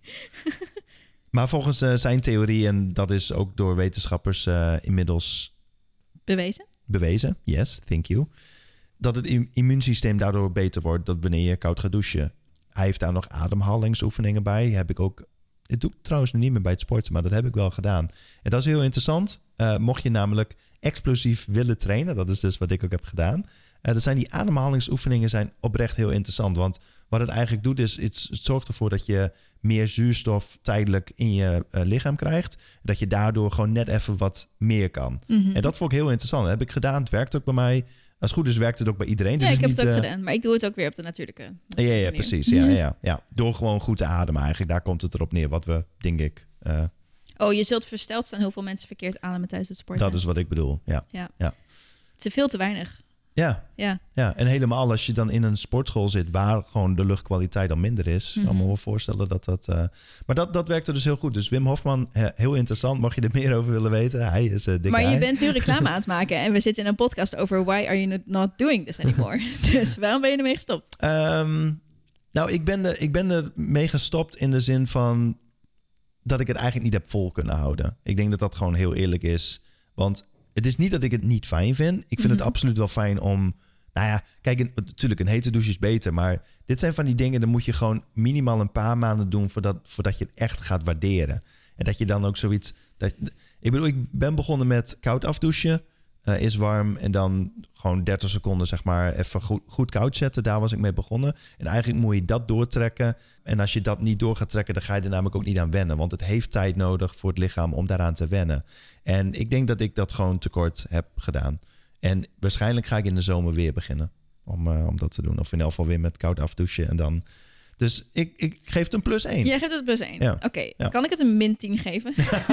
Speaker 2: Maar volgens uh, zijn theorie, en dat is ook door wetenschappers uh, inmiddels...
Speaker 1: Bewezen?
Speaker 2: Bewezen, yes, thank you. Dat het im- immuunsysteem daardoor beter wordt dan wanneer je koud gaat douchen. Hij heeft daar nog ademhalingsoefeningen bij. Heb ik ook... Dit doe ik trouwens niet meer bij het sporten, maar dat heb ik wel gedaan. En dat is heel interessant. Uh, mocht je namelijk explosief willen trainen, dat is dus wat ik ook heb gedaan. Uh, er zijn die ademhalingsoefeningen zijn oprecht heel interessant. Want wat het eigenlijk doet is, het zorgt ervoor dat je meer zuurstof tijdelijk in je uh, lichaam krijgt. Dat je daardoor gewoon net even wat meer kan.
Speaker 1: Mm-hmm.
Speaker 2: En dat vond ik heel interessant. Dat heb ik gedaan. Het werkt ook bij mij. Als het goed is, werkt het ook bij iedereen.
Speaker 1: Ja,
Speaker 2: dus
Speaker 1: ik heb
Speaker 2: niet,
Speaker 1: het ook
Speaker 2: uh,
Speaker 1: gedaan, maar ik doe het ook weer op de natuurlijke
Speaker 2: Ja,
Speaker 1: manier.
Speaker 2: ja, precies. Ja, ja, ja, ja. Door gewoon goed te ademen eigenlijk. Daar komt het erop neer wat we, denk ik... Uh,
Speaker 1: Oh, je zult versteld staan heel veel mensen verkeerd ademen tijdens het sporten.
Speaker 2: dat is wat ik bedoel, ja.
Speaker 1: Ja.
Speaker 2: Ja.
Speaker 1: Het is veel te weinig.
Speaker 2: Ja,
Speaker 1: Ja.
Speaker 2: ja, en helemaal als je dan in een sportschool zit... waar gewoon de luchtkwaliteit dan minder is.
Speaker 1: Mm-hmm.
Speaker 2: Ik kan me wel voorstellen dat dat... Uh, maar dat, dat werkte dus heel goed. Dus Wim Hofman, uh, heel interessant. Mag je er meer over willen weten? Hij is uh, dik.
Speaker 1: Maar je
Speaker 2: hij.
Speaker 1: bent nu reclame aan het maken. En we zitten in een podcast over why are you not doing this anymore? Dus waarom ben je ermee gestopt?
Speaker 2: Um, nou, ik ben, er, ik ben er mee gestopt in de zin van... dat ik het eigenlijk niet heb vol kunnen houden. Ik denk dat dat gewoon heel eerlijk is. Want het is niet dat ik het niet fijn vind. Ik vind
Speaker 1: Mm-hmm.
Speaker 2: het absoluut wel fijn om... Nou ja, kijk, een, natuurlijk, een hete douche is beter. Maar dit zijn van die dingen... dan moet je gewoon minimaal een paar maanden doen... voordat, voordat je het echt gaat waarderen. En dat je dan ook zoiets... Dat, ik bedoel, ik ben begonnen met koud afdouchen. Uh, is warm en dan gewoon dertig seconden, zeg maar, even goed, goed koud zetten. Daar was ik mee begonnen. En eigenlijk moet je dat doortrekken. En als je dat niet door gaat trekken, dan ga je er namelijk ook niet aan wennen. Want het heeft tijd nodig voor het lichaam om daaraan te wennen. En ik denk dat ik dat gewoon tekort heb gedaan. En waarschijnlijk ga ik in de zomer weer beginnen om, uh, om dat te doen. Of in elk geval weer met koud afdouchen en dan... Dus ik, ik geef het een plus één.
Speaker 1: Jij geeft het plus één.
Speaker 2: Ja.
Speaker 1: Oké, okay.
Speaker 2: Ja.
Speaker 1: Kan ik het een min tien geven?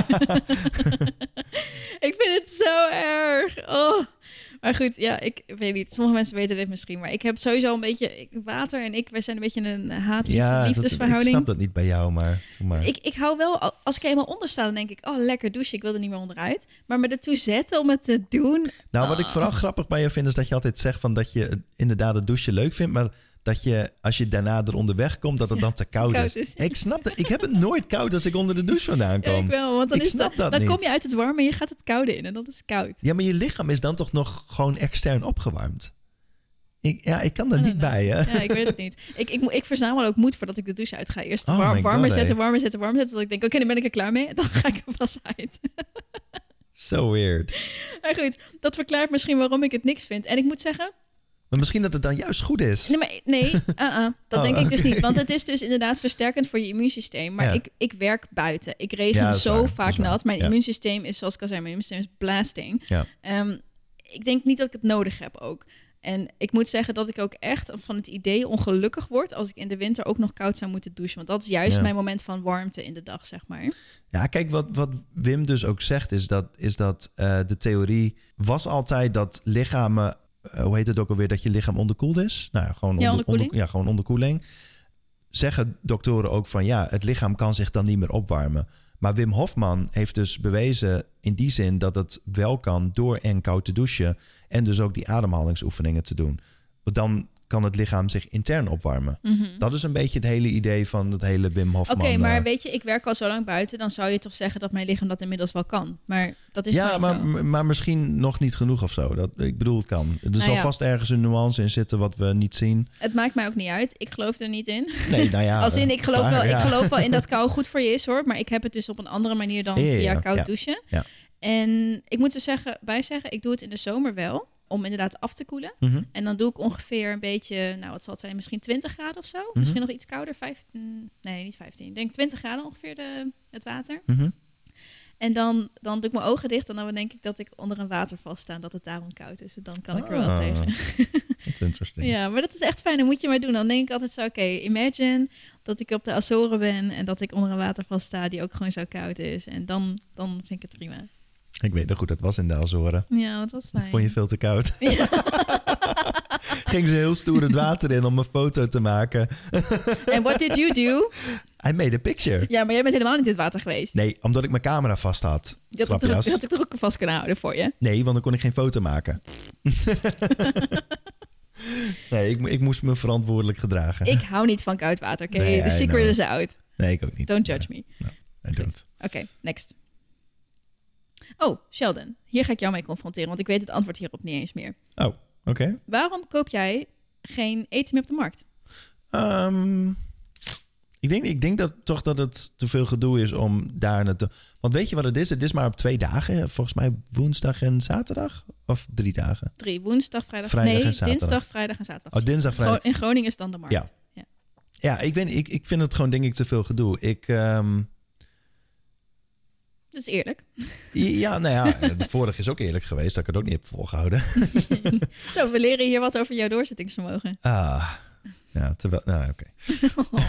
Speaker 1: Ik vind het zo erg. Oh. Maar goed, ja, ik weet niet. Sommige mensen weten dit misschien. Maar ik heb sowieso een beetje... Ik, water en ik, wij zijn een beetje een haat-liefdesverhouding.
Speaker 2: Ja, ik snap dat niet bij jou, maar... maar.
Speaker 1: Ik, ik hou wel... Als ik eenmaal onder sta, dan denk ik... Oh, lekker douchen. Ik wil er niet meer onderuit. Maar me ertoe zetten om het te doen...
Speaker 2: Nou, wat
Speaker 1: oh.
Speaker 2: ik vooral grappig bij je vind... is dat je altijd zegt van dat je inderdaad het douchen leuk vindt... maar dat je, als je daarna er onderweg komt... dat het dan te koud,
Speaker 1: koud
Speaker 2: is.
Speaker 1: is.
Speaker 2: Ik snap dat. Ik heb het nooit koud als ik onder de douche vandaan kom.
Speaker 1: Ja, ik wel, want dan,
Speaker 2: Ik
Speaker 1: is
Speaker 2: snap
Speaker 1: dat,
Speaker 2: dat
Speaker 1: dan
Speaker 2: niet.
Speaker 1: kom je uit het warme en je gaat het koude in. En dat is koud.
Speaker 2: Ja, maar je lichaam is dan toch nog gewoon extern opgewarmd? Ik, ja, ik kan er
Speaker 1: I
Speaker 2: niet
Speaker 1: don't know.
Speaker 2: bij, hè?
Speaker 1: Ja, ik weet het niet. Ik, ik, ik verzamel ook moed voordat ik de douche uit ga. Eerst
Speaker 2: Oh
Speaker 1: war,
Speaker 2: my
Speaker 1: warmer
Speaker 2: God,
Speaker 1: zetten,
Speaker 2: hey.
Speaker 1: warmer zetten, warmer zetten. Dat ik denk, oké, okay, dan ben ik er klaar mee. En dan ga ik er pas uit.
Speaker 2: So weird.
Speaker 1: Maar goed, dat verklaart misschien waarom ik het niks vind. En ik moet zeggen...
Speaker 2: Maar misschien dat het dan juist goed is.
Speaker 1: Nee, maar, nee uh-uh, dat
Speaker 2: Oh,
Speaker 1: denk ik dus
Speaker 2: oké.
Speaker 1: niet. Want het is dus inderdaad versterkend voor je immuunsysteem. Maar
Speaker 2: Ja.
Speaker 1: ik, ik werk buiten. Ik regen
Speaker 2: Ja, dat is
Speaker 1: zo
Speaker 2: waar, dat
Speaker 1: vaak
Speaker 2: is waar.
Speaker 1: nat. Mijn
Speaker 2: Ja.
Speaker 1: immuunsysteem is, zoals ik al zei, mijn immuunsysteem is blasting.
Speaker 2: Ja.
Speaker 1: Um, ik denk niet dat ik het nodig heb ook. En ik moet zeggen dat ik ook echt van het idee ongelukkig word... als ik in de winter ook nog koud zou moeten douchen. Want dat is juist
Speaker 2: Ja.
Speaker 1: mijn moment van warmte in de dag, zeg maar.
Speaker 2: Ja, kijk, wat, wat Wim dus ook zegt... is dat, is dat uh, de theorie was altijd dat lichamen... Uh, hoe heet het ook alweer, dat je lichaam onderkoeld is? Nou ja, gewoon,
Speaker 1: Ja,
Speaker 2: onder,
Speaker 1: onderkoeling.
Speaker 2: onder, ja, gewoon onderkoeling. Zeggen doktoren ook van ja, het lichaam kan zich dan niet meer opwarmen. Maar Wim Hofman heeft dus bewezen in die zin dat het wel kan door en koud te douchen. En dus ook die ademhalingsoefeningen te doen. Want dan kan het lichaam zich intern opwarmen.
Speaker 1: Mm-hmm.
Speaker 2: Dat is een beetje het hele idee van het hele Wim Hofman.
Speaker 1: Oké, okay, maar
Speaker 2: uh,
Speaker 1: weet je, ik werk al zo lang buiten. Dan zou je toch zeggen dat mijn lichaam dat inmiddels wel kan. Maar dat is
Speaker 2: ja, maar,
Speaker 1: zo.
Speaker 2: maar misschien nog niet genoeg of zo. Dat, ik bedoel, het kan. Er nou zal ja. vast ergens een nuance in zitten wat we niet zien.
Speaker 1: Het maakt mij ook niet uit. Ik geloof er niet in.
Speaker 2: Nee, nou ja.
Speaker 1: Als in, ik geloof,
Speaker 2: klaar,
Speaker 1: wel,
Speaker 2: ja.
Speaker 1: ik geloof wel in dat kou goed voor je is, hoor. Maar ik heb het dus op een andere manier dan
Speaker 2: ja, ja,
Speaker 1: via
Speaker 2: ja.
Speaker 1: koud
Speaker 2: ja.
Speaker 1: douchen.
Speaker 2: Ja.
Speaker 1: En ik moet er zeggen, bij zeggen, ik doe het in de zomer wel. Om inderdaad af te koelen.
Speaker 2: Mm-hmm.
Speaker 1: En dan doe ik ongeveer een beetje, nou wat zal het zijn, misschien twintig graden of zo.
Speaker 2: Mm-hmm.
Speaker 1: Misschien nog iets kouder, vijftien, nee niet vijftien. Ik denk twintig graden ongeveer de, het water.
Speaker 2: Mm-hmm.
Speaker 1: En dan, dan doe ik mijn ogen dicht en dan denk ik dat ik onder een waterval sta en dat het daarom koud is. En dan kan ik er wel
Speaker 2: ah,
Speaker 1: tegen.
Speaker 2: That's interesting.
Speaker 1: Ja, maar dat is echt fijn. Dat moet je maar doen. Dan denk ik altijd zo, oké, okay, imagine dat ik op de Azoren ben en dat ik onder een waterval sta die ook gewoon zo koud is. En dan, dan vind ik het prima.
Speaker 2: Ik weet nog goed, dat was in de Azoren.
Speaker 1: Ja, dat was fijn.
Speaker 2: Vond je veel te koud?
Speaker 1: Ja.
Speaker 2: Ging ze heel stoer het water in om een foto te maken.
Speaker 1: En what did you do?
Speaker 2: I made a picture.
Speaker 1: Ja, maar jij bent helemaal niet in het water geweest.
Speaker 2: Nee, omdat ik mijn camera vast had.
Speaker 1: Die had, ik toch, die had ik toch ook vast kunnen houden voor je?
Speaker 2: Nee, want dan kon ik geen foto maken. Nee, ik, ik moest me verantwoordelijk gedragen.
Speaker 1: Ik hou niet van koud water, oké? Okay?
Speaker 2: Nee,
Speaker 1: The secret
Speaker 2: know.
Speaker 1: is out.
Speaker 2: Nee, ik ook niet.
Speaker 1: Don't judge me.
Speaker 2: No, I don't.
Speaker 1: Oké, okay, next. Oh, Sheldon. Hier ga ik jou mee confronteren, want ik weet het antwoord hierop niet eens meer.
Speaker 2: Oh, oké. Okay.
Speaker 1: Waarom koop jij geen eten meer op de markt?
Speaker 2: Um, ik, denk, ik denk dat toch dat het te veel gedoe is om daar naartoe... Want weet je wat het is? Het is maar op twee dagen. Volgens mij woensdag en zaterdag. Of drie dagen?
Speaker 1: Drie. Woensdag, vrijdag.
Speaker 2: vrijdag
Speaker 1: nee,
Speaker 2: en zaterdag.
Speaker 1: dinsdag, vrijdag en zaterdag.
Speaker 2: Oh, dinsdag, vrijdag.
Speaker 1: In Groningen is dan de markt.
Speaker 2: Ja.
Speaker 1: Ja,
Speaker 2: ja ik, weet, ik, ik vind het gewoon denk ik te veel gedoe. Ik... Um,
Speaker 1: Dat is eerlijk.
Speaker 2: Ja, nou ja, de vorige is ook eerlijk geweest dat ik het ook niet heb volgehouden.
Speaker 1: Zo, we leren hier wat over jouw doorzettingsvermogen.
Speaker 2: Ah, ja, terwijl... Nou, oké. Okay. Oh.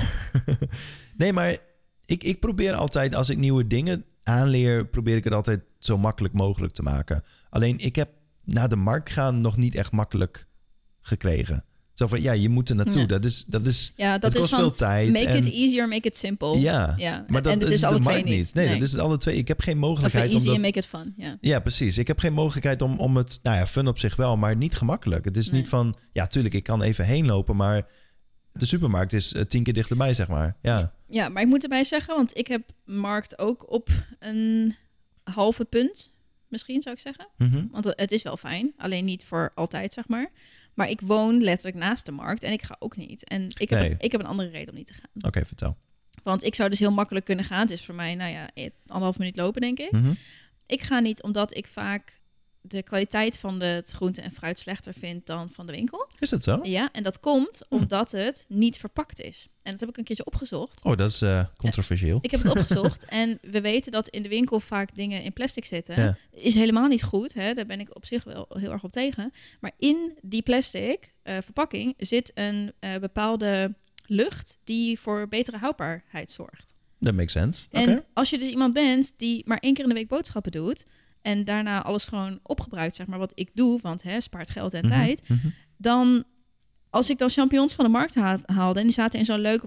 Speaker 2: Nee, maar ik, ik probeer altijd, als ik nieuwe dingen aanleer, probeer ik het altijd zo makkelijk mogelijk te maken. Alleen, ik heb naar de markt gaan nog niet echt makkelijk gekregen. Zo van, ja, je moet er naartoe. Ja. Dat is, dat is,
Speaker 1: ja, dat
Speaker 2: het kost
Speaker 1: is van,
Speaker 2: veel tijd.
Speaker 1: Make
Speaker 2: en,
Speaker 1: it easier, make it simple.
Speaker 2: Ja,
Speaker 1: ja.
Speaker 2: maar dat,
Speaker 1: en het
Speaker 2: is,
Speaker 1: is
Speaker 2: de
Speaker 1: alle
Speaker 2: markt
Speaker 1: twee
Speaker 2: niet. Nee,
Speaker 1: nee,
Speaker 2: dat is het alle twee. Ik heb geen mogelijkheid
Speaker 1: of easy
Speaker 2: om
Speaker 1: and
Speaker 2: dat...
Speaker 1: make it fun. Ja.
Speaker 2: ja, precies. Ik heb geen mogelijkheid om, om het... Nou ja, fun op zich wel, maar niet gemakkelijk. Het is
Speaker 1: nee.
Speaker 2: niet van... Ja, tuurlijk, ik kan even heen lopen, maar... De supermarkt is uh, tien keer dichterbij, zeg maar. Ja.
Speaker 1: Ja, ja, maar ik moet erbij zeggen, want ik heb markt ook op een halve punt, misschien zou ik zeggen.
Speaker 2: Mm-hmm.
Speaker 1: Want het is wel fijn, alleen niet voor altijd, zeg maar. Maar ik woon letterlijk naast de markt en ik ga ook niet. En ik heb,
Speaker 2: nee.
Speaker 1: een, ik heb een andere reden om niet te gaan.
Speaker 2: Oké, okay, vertel.
Speaker 1: Want ik zou dus heel makkelijk kunnen gaan. Het is voor mij, nou ja, anderhalf minuut lopen, denk ik.
Speaker 2: Mm-hmm.
Speaker 1: Ik ga niet omdat ik vaak de kwaliteit van het groente en fruit slechter vind dan van de winkel.
Speaker 2: Is dat zo?
Speaker 1: Ja, en dat komt omdat het niet verpakt is. En dat heb ik een keertje opgezocht.
Speaker 2: Oh, dat is uh, controversieel.
Speaker 1: Ik heb het opgezocht en we weten dat in de winkel vaak dingen in plastic zitten.
Speaker 2: Ja.
Speaker 1: Is helemaal niet goed, hè? Daar ben ik op zich wel heel erg op tegen. Maar in die plastic uh, verpakking zit een uh, bepaalde lucht die voor betere houdbaarheid zorgt.
Speaker 2: Dat makes sense.
Speaker 1: En
Speaker 2: okay.
Speaker 1: als je dus iemand bent die maar één keer in de week boodschappen doet en daarna alles gewoon opgebruikt, zeg maar, wat ik doe, want hè, spaart geld en
Speaker 2: mm-hmm,
Speaker 1: tijd,
Speaker 2: mm-hmm.
Speaker 1: dan als ik dan champignons van de markt ha- haalde en die zaten in zo'n leuk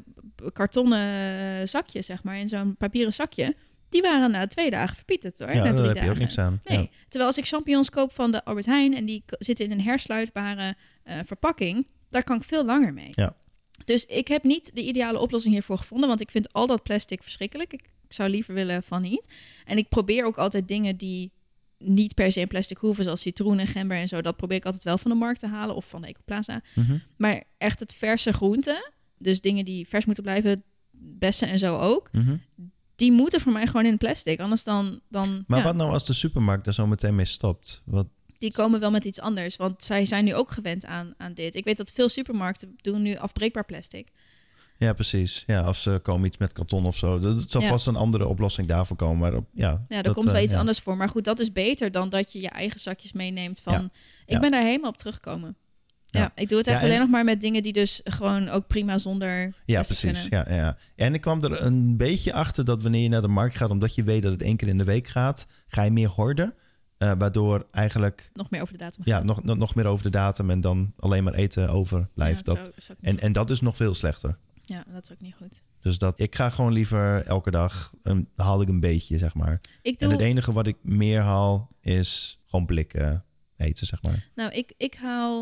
Speaker 1: kartonnen zakje, zeg maar, in zo'n papieren zakje, die waren na twee dagen verpieterd, hoor.
Speaker 2: Ja, daar heb
Speaker 1: dagen.
Speaker 2: je ook niks aan.
Speaker 1: Nee,
Speaker 2: Ja.
Speaker 1: terwijl als ik champignons koop van de Albert Heijn en die k- zitten in een hersluitbare uh, verpakking, daar kan ik veel langer mee.
Speaker 2: Ja.
Speaker 1: Dus ik heb niet de ideale oplossing hiervoor gevonden, want ik vind al dat plastic verschrikkelijk. Ik zou liever willen van niet. En ik probeer ook altijd dingen die niet per se in plastic hoeven, zoals citroen en gember en zo. Dat probeer ik altijd wel van de markt te halen of van de Ecoplaza.
Speaker 2: Mm-hmm.
Speaker 1: Maar echt het verse groente, dus dingen die vers moeten blijven, bessen en zo ook,
Speaker 2: Mm-hmm.
Speaker 1: die moeten voor mij gewoon in plastic. Anders dan... dan
Speaker 2: Maar
Speaker 1: ja,
Speaker 2: wat nou als de supermarkt daar zo meteen mee stopt? Wat...
Speaker 1: die komen wel met iets anders, want zij zijn nu ook gewend aan, aan dit. Ik weet dat veel supermarkten doen nu afbreekbaar plastic.
Speaker 2: Ja, precies. Ja, of ze komen iets met karton of zo. Er zal
Speaker 1: Ja.
Speaker 2: vast een andere oplossing daarvoor komen. Maar op, ja,
Speaker 1: Ja, daar
Speaker 2: dat,
Speaker 1: komt wel
Speaker 2: uh,
Speaker 1: iets
Speaker 2: ja.
Speaker 1: anders voor. Maar goed, dat is beter dan dat je je eigen zakjes meeneemt van...
Speaker 2: Ja.
Speaker 1: Ik
Speaker 2: Ja.
Speaker 1: ben daar helemaal op teruggekomen. Ja,
Speaker 2: Ja.
Speaker 1: ik doe het echt
Speaker 2: Ja, en-
Speaker 1: alleen nog maar met dingen die dus gewoon ook prima zonder
Speaker 2: Ja,
Speaker 1: plastic
Speaker 2: precies.
Speaker 1: kunnen.
Speaker 2: Ja, ja. En ik kwam er een beetje achter dat wanneer je naar de markt gaat, omdat je weet dat het één keer in de week gaat, ga je meer horden. Uh, waardoor eigenlijk
Speaker 1: Nog meer over de datum.
Speaker 2: ja, nog, nog, nog meer over de datum en dan alleen maar eten overblijft.
Speaker 1: Ja,
Speaker 2: dat.
Speaker 1: dat is ook niet
Speaker 2: En, en dat is nog veel slechter.
Speaker 1: goed. Ja, dat is ook niet goed.
Speaker 2: Dus dat, ik ga gewoon liever elke dag, um, haal ik een beetje, zeg maar.
Speaker 1: Ik
Speaker 2: En
Speaker 1: doe...
Speaker 2: het enige wat ik meer haal is gewoon blikken eten, zeg maar.
Speaker 1: Nou, ik, ik haal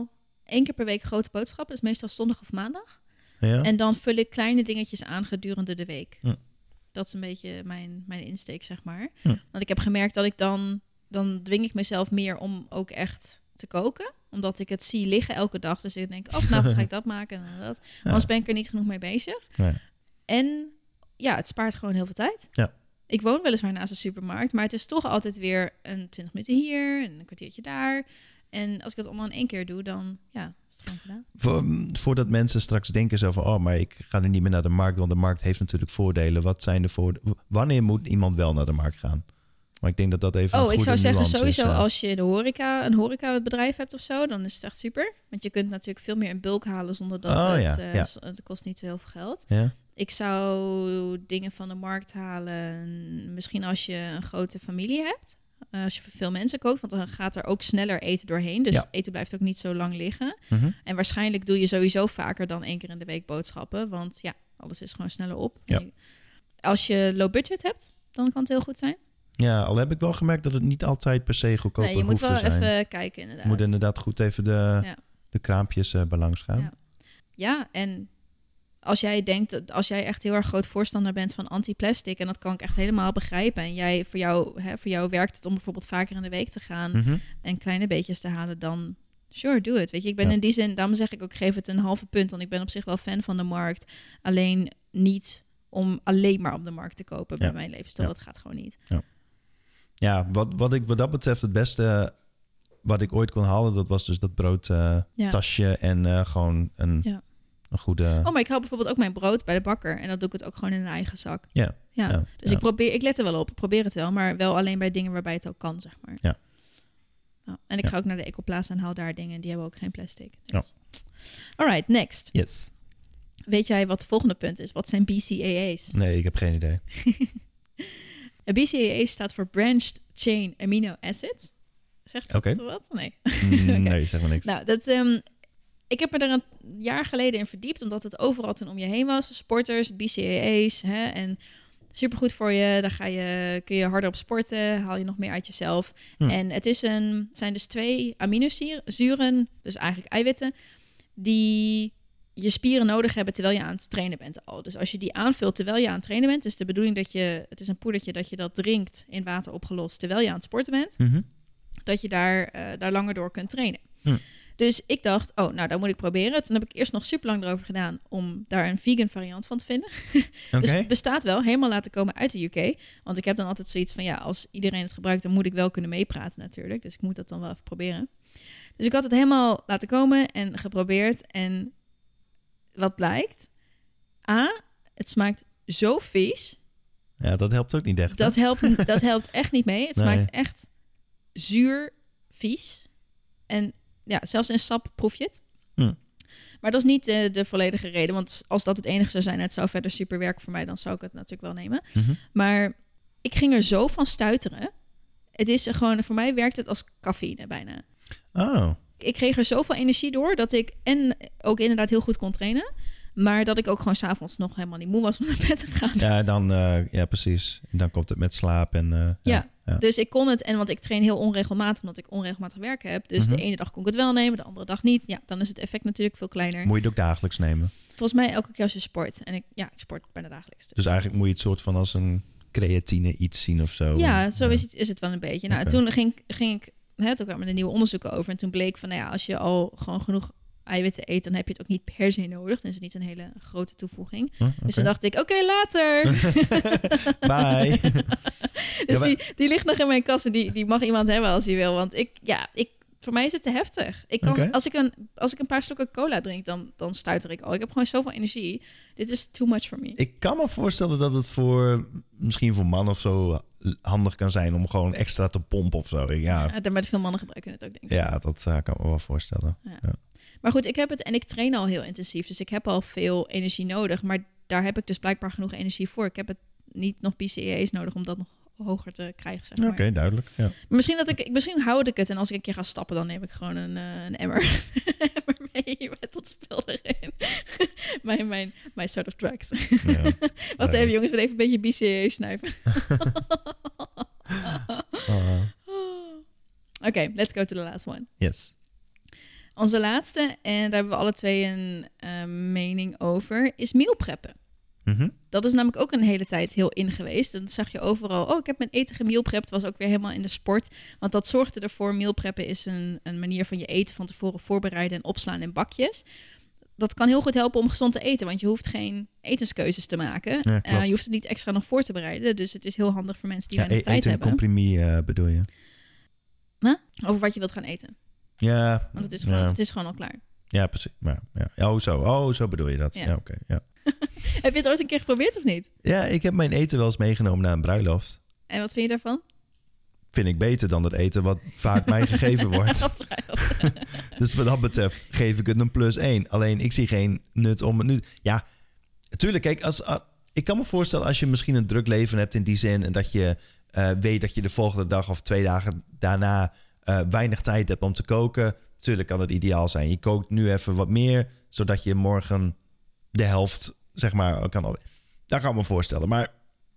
Speaker 1: één keer per week grote boodschappen. Dat is meestal zondag of maandag.
Speaker 2: Ja?
Speaker 1: En dan vul ik kleine dingetjes aan gedurende de week.
Speaker 2: Hm.
Speaker 1: Dat is een beetje mijn, mijn insteek, zeg maar.
Speaker 2: Hm.
Speaker 1: Want ik heb gemerkt dat ik dan... dan dwing ik mezelf meer om ook echt te koken. Omdat ik het zie liggen elke dag. Dus ik denk, oh, vanavond ga ik dat maken en dat.
Speaker 2: Ja.
Speaker 1: Anders ben ik er niet genoeg mee bezig.
Speaker 2: Nee.
Speaker 1: En ja, het spaart gewoon heel veel tijd.
Speaker 2: Ja.
Speaker 1: Ik woon weliswaar naast een supermarkt, maar het is toch altijd weer een twintig minuten hier en een kwartiertje daar. En als ik het allemaal in één keer doe, dan ja, is het gewoon gedaan.
Speaker 2: Voor, voordat mensen straks denken zo van... oh, maar ik ga er niet meer naar de markt... want de markt heeft natuurlijk voordelen. Wat zijn de voordelen? Wanneer moet iemand wel naar de markt gaan? Maar ik denk dat dat even
Speaker 1: Oh, ik zou zeggen sowieso
Speaker 2: is, uh...
Speaker 1: als je de horeca, een horecabedrijf hebt of zo, dan is het echt super. Want je kunt natuurlijk veel meer in bulk halen zonder dat
Speaker 2: Oh,
Speaker 1: het,
Speaker 2: ja,
Speaker 1: uh,
Speaker 2: ja.
Speaker 1: het kost niet zo heel veel geld.
Speaker 2: Ja?
Speaker 1: Ik zou dingen van de markt halen. Misschien als je een grote familie hebt. Uh, als je voor veel mensen kookt, want dan gaat er ook sneller eten doorheen. Dus
Speaker 2: Ja.
Speaker 1: eten blijft ook niet zo lang liggen.
Speaker 2: Mm-hmm.
Speaker 1: En waarschijnlijk doe je sowieso vaker dan één keer in de week boodschappen. Want ja, alles is gewoon sneller op.
Speaker 2: Ja.
Speaker 1: Als je low budget hebt, dan kan het heel goed zijn.
Speaker 2: Ja, al heb ik wel gemerkt dat het niet altijd per se goedkoper
Speaker 1: Nee, je moet
Speaker 2: hoeft
Speaker 1: wel
Speaker 2: te zijn.
Speaker 1: even kijken inderdaad.
Speaker 2: Je moet inderdaad goed even de,
Speaker 1: Ja.
Speaker 2: de kraampjes uh, bij langs gaan.
Speaker 1: Ja. Ja, en als jij denkt, dat als jij echt heel erg groot voorstander bent van anti-plastic, en dat kan ik echt helemaal begrijpen, en jij, voor, jou, hè, voor jou werkt het om bijvoorbeeld vaker in de week te gaan
Speaker 2: Mm-hmm.
Speaker 1: en kleine beetjes te halen, dan sure, doe het. Weet je, ik ben
Speaker 2: Ja.
Speaker 1: in die zin, daarom zeg ik ook, geef het een halve punt, want ik ben op zich wel fan van de markt, alleen niet om alleen maar op de markt te kopen bij
Speaker 2: Ja.
Speaker 1: mijn levensstijl.
Speaker 2: Ja.
Speaker 1: Dat gaat gewoon niet.
Speaker 2: Ja, wat, wat ik wat dat betreft het beste wat ik ooit kon halen, dat was dus dat broodtasje uh,
Speaker 1: Ja.
Speaker 2: tasje en uh, gewoon een,
Speaker 1: Ja.
Speaker 2: een goede...
Speaker 1: Oh, maar ik haal bijvoorbeeld ook mijn brood bij de bakker en dat doe ik het ook gewoon in een eigen zak.
Speaker 2: Ja.
Speaker 1: Ja.
Speaker 2: Ja.
Speaker 1: Dus
Speaker 2: Ja.
Speaker 1: ik probeer, ik let er wel op, ik probeer het wel, maar wel alleen bij dingen waarbij het ook kan, zeg maar.
Speaker 2: Ja.
Speaker 1: Ja. En ik
Speaker 2: Ja.
Speaker 1: ga ook naar de Ecoplaza en haal daar dingen, die hebben ook geen plastic. Dus.
Speaker 2: Ja.
Speaker 1: Alright, next.
Speaker 2: Yes.
Speaker 1: Weet jij wat het volgende punt is? Wat zijn B C A A's?
Speaker 2: Nee, ik heb geen idee.
Speaker 1: Een B C A A staat voor Branched Chain Amino Acids. Zegt dat
Speaker 2: Oké.
Speaker 1: wat? Nee.
Speaker 2: Mm,
Speaker 1: Oké.
Speaker 2: Nee, zeg maar niks.
Speaker 1: Nou, dat, um, ik heb me er een jaar geleden in verdiept, omdat het overal toen om je heen was. Sporters, B C A A's, hè, en supergoed voor je. Daar ga je, kun je harder op sporten, haal je nog meer uit jezelf.
Speaker 2: Hm.
Speaker 1: En het is een, zijn dus twee aminozuren, dus eigenlijk eiwitten, die je spieren nodig hebben terwijl je aan het trainen bent al. Dus als je die aanvult terwijl je aan het trainen bent, is de bedoeling dat je, het is een poedertje dat je dat drinkt in water opgelost terwijl je aan het sporten bent,
Speaker 2: Mm-hmm.
Speaker 1: dat je daar, uh, daar langer door kunt trainen.
Speaker 2: Hm.
Speaker 1: Dus ik dacht, oh, nou, dat moet ik proberen. Toen heb ik eerst nog super lang erover gedaan om daar een vegan variant van te vinden.
Speaker 2: Oké.
Speaker 1: Dus het bestaat wel, helemaal laten komen uit de U K. Want ik heb dan altijd zoiets van, ja, als iedereen het gebruikt, dan moet ik wel kunnen meepraten natuurlijk. Dus ik moet dat dan wel even proberen. Dus ik had het helemaal laten komen en geprobeerd. En wat blijkt? A, het smaakt zo vies.
Speaker 2: Ja, dat helpt ook niet echt.
Speaker 1: Dat
Speaker 2: hè?
Speaker 1: helpt, dat helpt echt niet mee. Het
Speaker 2: Nee.
Speaker 1: smaakt echt zuur, vies. En ja, zelfs in sap proef je het.
Speaker 2: Hm.
Speaker 1: Maar dat is niet de, de volledige reden. Want als dat het enige zou zijn, het zou verder super werken voor mij, dan zou ik het natuurlijk wel nemen.
Speaker 2: Mm-hmm.
Speaker 1: Maar ik ging er zo van stuiteren. Het is gewoon, voor mij werkt het als cafeïne bijna.
Speaker 2: Oh,
Speaker 1: Ik kreeg er zoveel energie door dat ik en ook inderdaad heel goed kon trainen. Maar dat ik ook gewoon 's avonds nog helemaal niet moe was om naar bed te gaan.
Speaker 2: ja, dan, uh, ja, precies. En dan komt het met slaap en... Uh, ja.
Speaker 1: Ja.
Speaker 2: Ja.
Speaker 1: Dus ik kon het, en want ik train heel onregelmatig, omdat ik onregelmatig werk heb. Dus
Speaker 2: Mhm.
Speaker 1: de ene dag kon ik het wel nemen, de andere dag niet. Ja, dan is het effect natuurlijk veel kleiner.
Speaker 2: Moet je het ook dagelijks nemen.
Speaker 1: Volgens mij elke keer als je sport. En ik, ja, ik sport bijna dagelijks. Dus.
Speaker 2: Dus eigenlijk moet je het soort van als een creatine iets zien of zo.
Speaker 1: Ja, zo is het, is het wel een beetje. Nou,
Speaker 2: Oké.
Speaker 1: toen ging, ging ik, hè, toen kwamen er nieuwe onderzoeken over. En toen bleek van, nou ja, als je al gewoon genoeg eiwitten eet, dan heb je het ook niet per se nodig. Dan is het niet een hele grote toevoeging.
Speaker 2: Huh?
Speaker 1: Dus
Speaker 2: Oké.
Speaker 1: toen dacht ik, oké, okay, later.
Speaker 2: Bye.
Speaker 1: Dus
Speaker 2: Ja, maar-
Speaker 1: die, die ligt nog in mijn kast en die, die mag iemand hebben als hij wil. Want ik, ja, ik, voor mij is het te heftig. Ik kan,
Speaker 2: Oké.
Speaker 1: als, ik een, als ik een paar slokken cola drink, dan, dan stuiter ik al. Ik heb gewoon zoveel energie. Dit is too much for me.
Speaker 2: Ik kan me voorstellen dat het voor misschien voor mannen of zo handig kan zijn om gewoon extra te pompen of zo. Ja,
Speaker 1: Ja, maar veel mannen gebruiken het ook, denk ik.
Speaker 2: ja dat uh, kan ik me wel voorstellen.
Speaker 1: Ja.
Speaker 2: Ja.
Speaker 1: Maar goed, ik heb het en ik train al heel intensief. Dus ik heb al veel energie nodig. Maar daar heb ik dus blijkbaar genoeg energie voor. Ik heb het niet nog B C A A's nodig om dat nog hoger te krijgen, zeg maar.
Speaker 2: Oké, duidelijk. Ja.
Speaker 1: Maar misschien, dat ik, misschien houd ik het en als ik een keer ga stappen, dan neem ik gewoon een, uh, een emmer, emmer mee met dat spul erin. mijn, mijn, mijn sort of drugs.
Speaker 2: Ja.
Speaker 1: Wat even jongens, we even een beetje B C A A snuiven.
Speaker 2: Uh,
Speaker 1: Oké, okay, let's go to the last one.
Speaker 2: yes.
Speaker 1: Onze laatste, en daar hebben we alle twee een uh, mening over, is meal preppen.
Speaker 2: Mm-hmm.
Speaker 1: Dat is namelijk ook een hele tijd heel in geweest. En dan zag je overal, oh, ik heb mijn eten gemeal prept. Was ook weer helemaal in de sport. Want dat zorgde ervoor, meal preppen is een, een manier van je eten van tevoren voorbereiden en opslaan in bakjes. Dat kan heel goed helpen om gezond te eten, want je hoeft geen etenskeuzes te maken.
Speaker 2: Ja,
Speaker 1: uh, je hoeft het niet extra nog voor te bereiden. Dus het is heel handig voor mensen die
Speaker 2: ja,
Speaker 1: weinig
Speaker 2: e-
Speaker 1: tijd
Speaker 2: eten
Speaker 1: hebben.
Speaker 2: comprimie uh, bedoel je?
Speaker 1: Huh? Over wat je wilt gaan eten.
Speaker 2: Ja.
Speaker 1: Want het is gewoon,
Speaker 2: ja.
Speaker 1: het is gewoon al klaar.
Speaker 2: Ja, precies. Ja, ja. Oh, zo. Oh, zo bedoel je dat. Ja,
Speaker 1: Ja.
Speaker 2: ja oké. Okay, ja.
Speaker 1: Heb je het ooit een keer geprobeerd of niet?
Speaker 2: Ja, ik heb mijn eten wel eens meegenomen naar een bruiloft.
Speaker 1: En wat vind je daarvan?
Speaker 2: Vind ik beter dan het eten wat vaak mij gegeven wordt. Dus wat dat betreft geef ik het een plus één. Alleen ik zie geen nut om het nu... Ja, natuurlijk. Kijk, als, uh, ik kan me voorstellen als je misschien een druk leven hebt in die zin... en dat je uh, weet dat je de volgende dag of twee dagen daarna... Uh, weinig tijd hebt om te koken. Natuurlijk kan het ideaal zijn. Je kookt nu even wat meer... zodat je morgen de helft, zeg maar, kan... Dat kan ik me voorstellen. Maar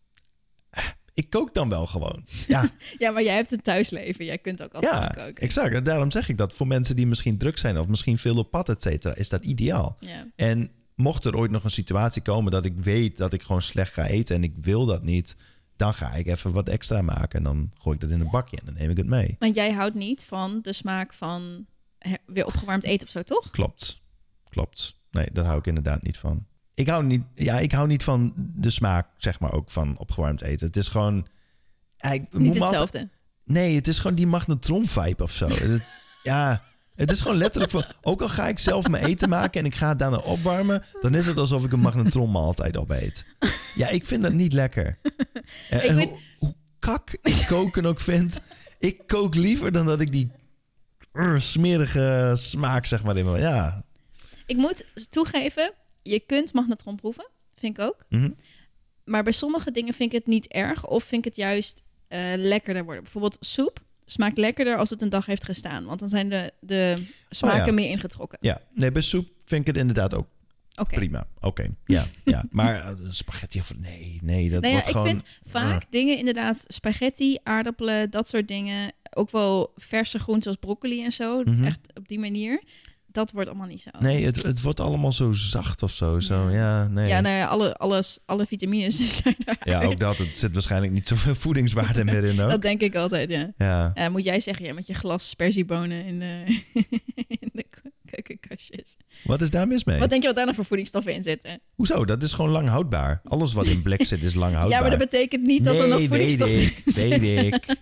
Speaker 2: uh, ik kook dan wel gewoon. Ja,
Speaker 1: ja, maar jij hebt een thuisleven. Jij kunt ook altijd
Speaker 2: ja,
Speaker 1: koken.
Speaker 2: Exact. En daarom zeg ik dat voor mensen die misschien druk zijn... of misschien veel op pad, et cetera, is dat ideaal.
Speaker 1: Ja.
Speaker 2: En mocht er ooit nog een situatie komen... dat ik weet dat ik gewoon slecht ga eten... en ik wil dat niet... dan ga ik even wat extra maken... en dan gooi ik dat in een bakje en dan neem ik het mee.
Speaker 1: Want jij houdt niet van de smaak van he, weer opgewarmd eten of zo, toch?
Speaker 2: Klopt. Klopt. Nee, daar hou ik inderdaad niet van. Ik hou niet, ja, ik hou niet van de smaak, zeg maar, ook van opgewarmd eten. Het is gewoon... Ik,
Speaker 1: niet
Speaker 2: moet
Speaker 1: hetzelfde.
Speaker 2: Altijd, nee, het is gewoon die magnetron-vibe of zo. het, ja, het is gewoon letterlijk van... Ook al ga ik zelf mijn eten maken en ik ga het daarna opwarmen... dan is het alsof ik een magnetron-maaltijd opeet. Ja, ik vind dat niet lekker. En, en weet... hoe, hoe kak ik koken ook vind... Ik kook liever dan dat ik die uh, smerige smaak, zeg maar, in mijn... Ja.
Speaker 1: Ik moet toegeven, je kunt magnetron proeven. Vind ik ook.
Speaker 2: Mm-hmm. Maar
Speaker 1: bij sommige dingen vind ik het niet erg... of vind ik het juist uh, lekkerder worden. Bijvoorbeeld soep smaakt lekkerder als het een dag heeft gestaan. Want dan zijn de, de smaken oh ja. meer ingetrokken.
Speaker 2: Ja, nee, bij soep vind ik het inderdaad ook okay. prima. Oké, okay. ja, ja. Maar uh, spaghetti of... Nee, nee, dat
Speaker 1: nou ja,
Speaker 2: wordt
Speaker 1: ik
Speaker 2: gewoon...
Speaker 1: vind vaak uh. dingen inderdaad... spaghetti, aardappelen, dat soort dingen... ook wel verse groenten zoals broccoli en zo. Mm-hmm. Echt op die manier... Dat wordt allemaal niet zo.
Speaker 2: Nee, het, het wordt allemaal zo zacht of zo. zo ja. Ja, nee.
Speaker 1: Ja, nou ja, alle, alles, alle vitamines zijn daar.
Speaker 2: Ja, ook dat. Het zit waarschijnlijk niet zoveel voedingswaarde meer in. Ook.
Speaker 1: Dat denk ik altijd, ja.
Speaker 2: Ja.
Speaker 1: Ja, moet jij zeggen, ja, met je glas sperziebonen in de, in de keukenkastjes.
Speaker 2: Wat is daar mis mee?
Speaker 1: Wat denk je wat daar nog voor voedingsstoffen in zitten?
Speaker 2: Hoezo? Dat is gewoon lang houdbaar. Alles wat in blik zit is lang houdbaar.
Speaker 1: Ja, maar dat betekent niet dat
Speaker 2: nee,
Speaker 1: er nog voedingsstoffen
Speaker 2: weet ik,
Speaker 1: in zitten.
Speaker 2: Weet ik.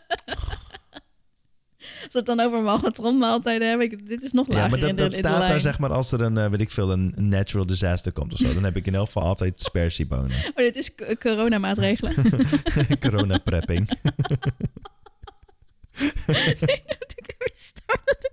Speaker 1: Als we het dan over magnetronmaaltijden hebben, ik, dit is nog lager.
Speaker 2: Ja, maar dat,
Speaker 1: in de,
Speaker 2: dat
Speaker 1: in de
Speaker 2: staat
Speaker 1: lijn.
Speaker 2: daar zeg maar als er een, uh, weet ik veel, een natural disaster komt of zo. Dan heb ik in elk geval altijd sperziebonen.
Speaker 1: Oh, dit is c- coronamaatregelen.
Speaker 2: Corona prepping.
Speaker 1: Nee, nou, ik weer starten.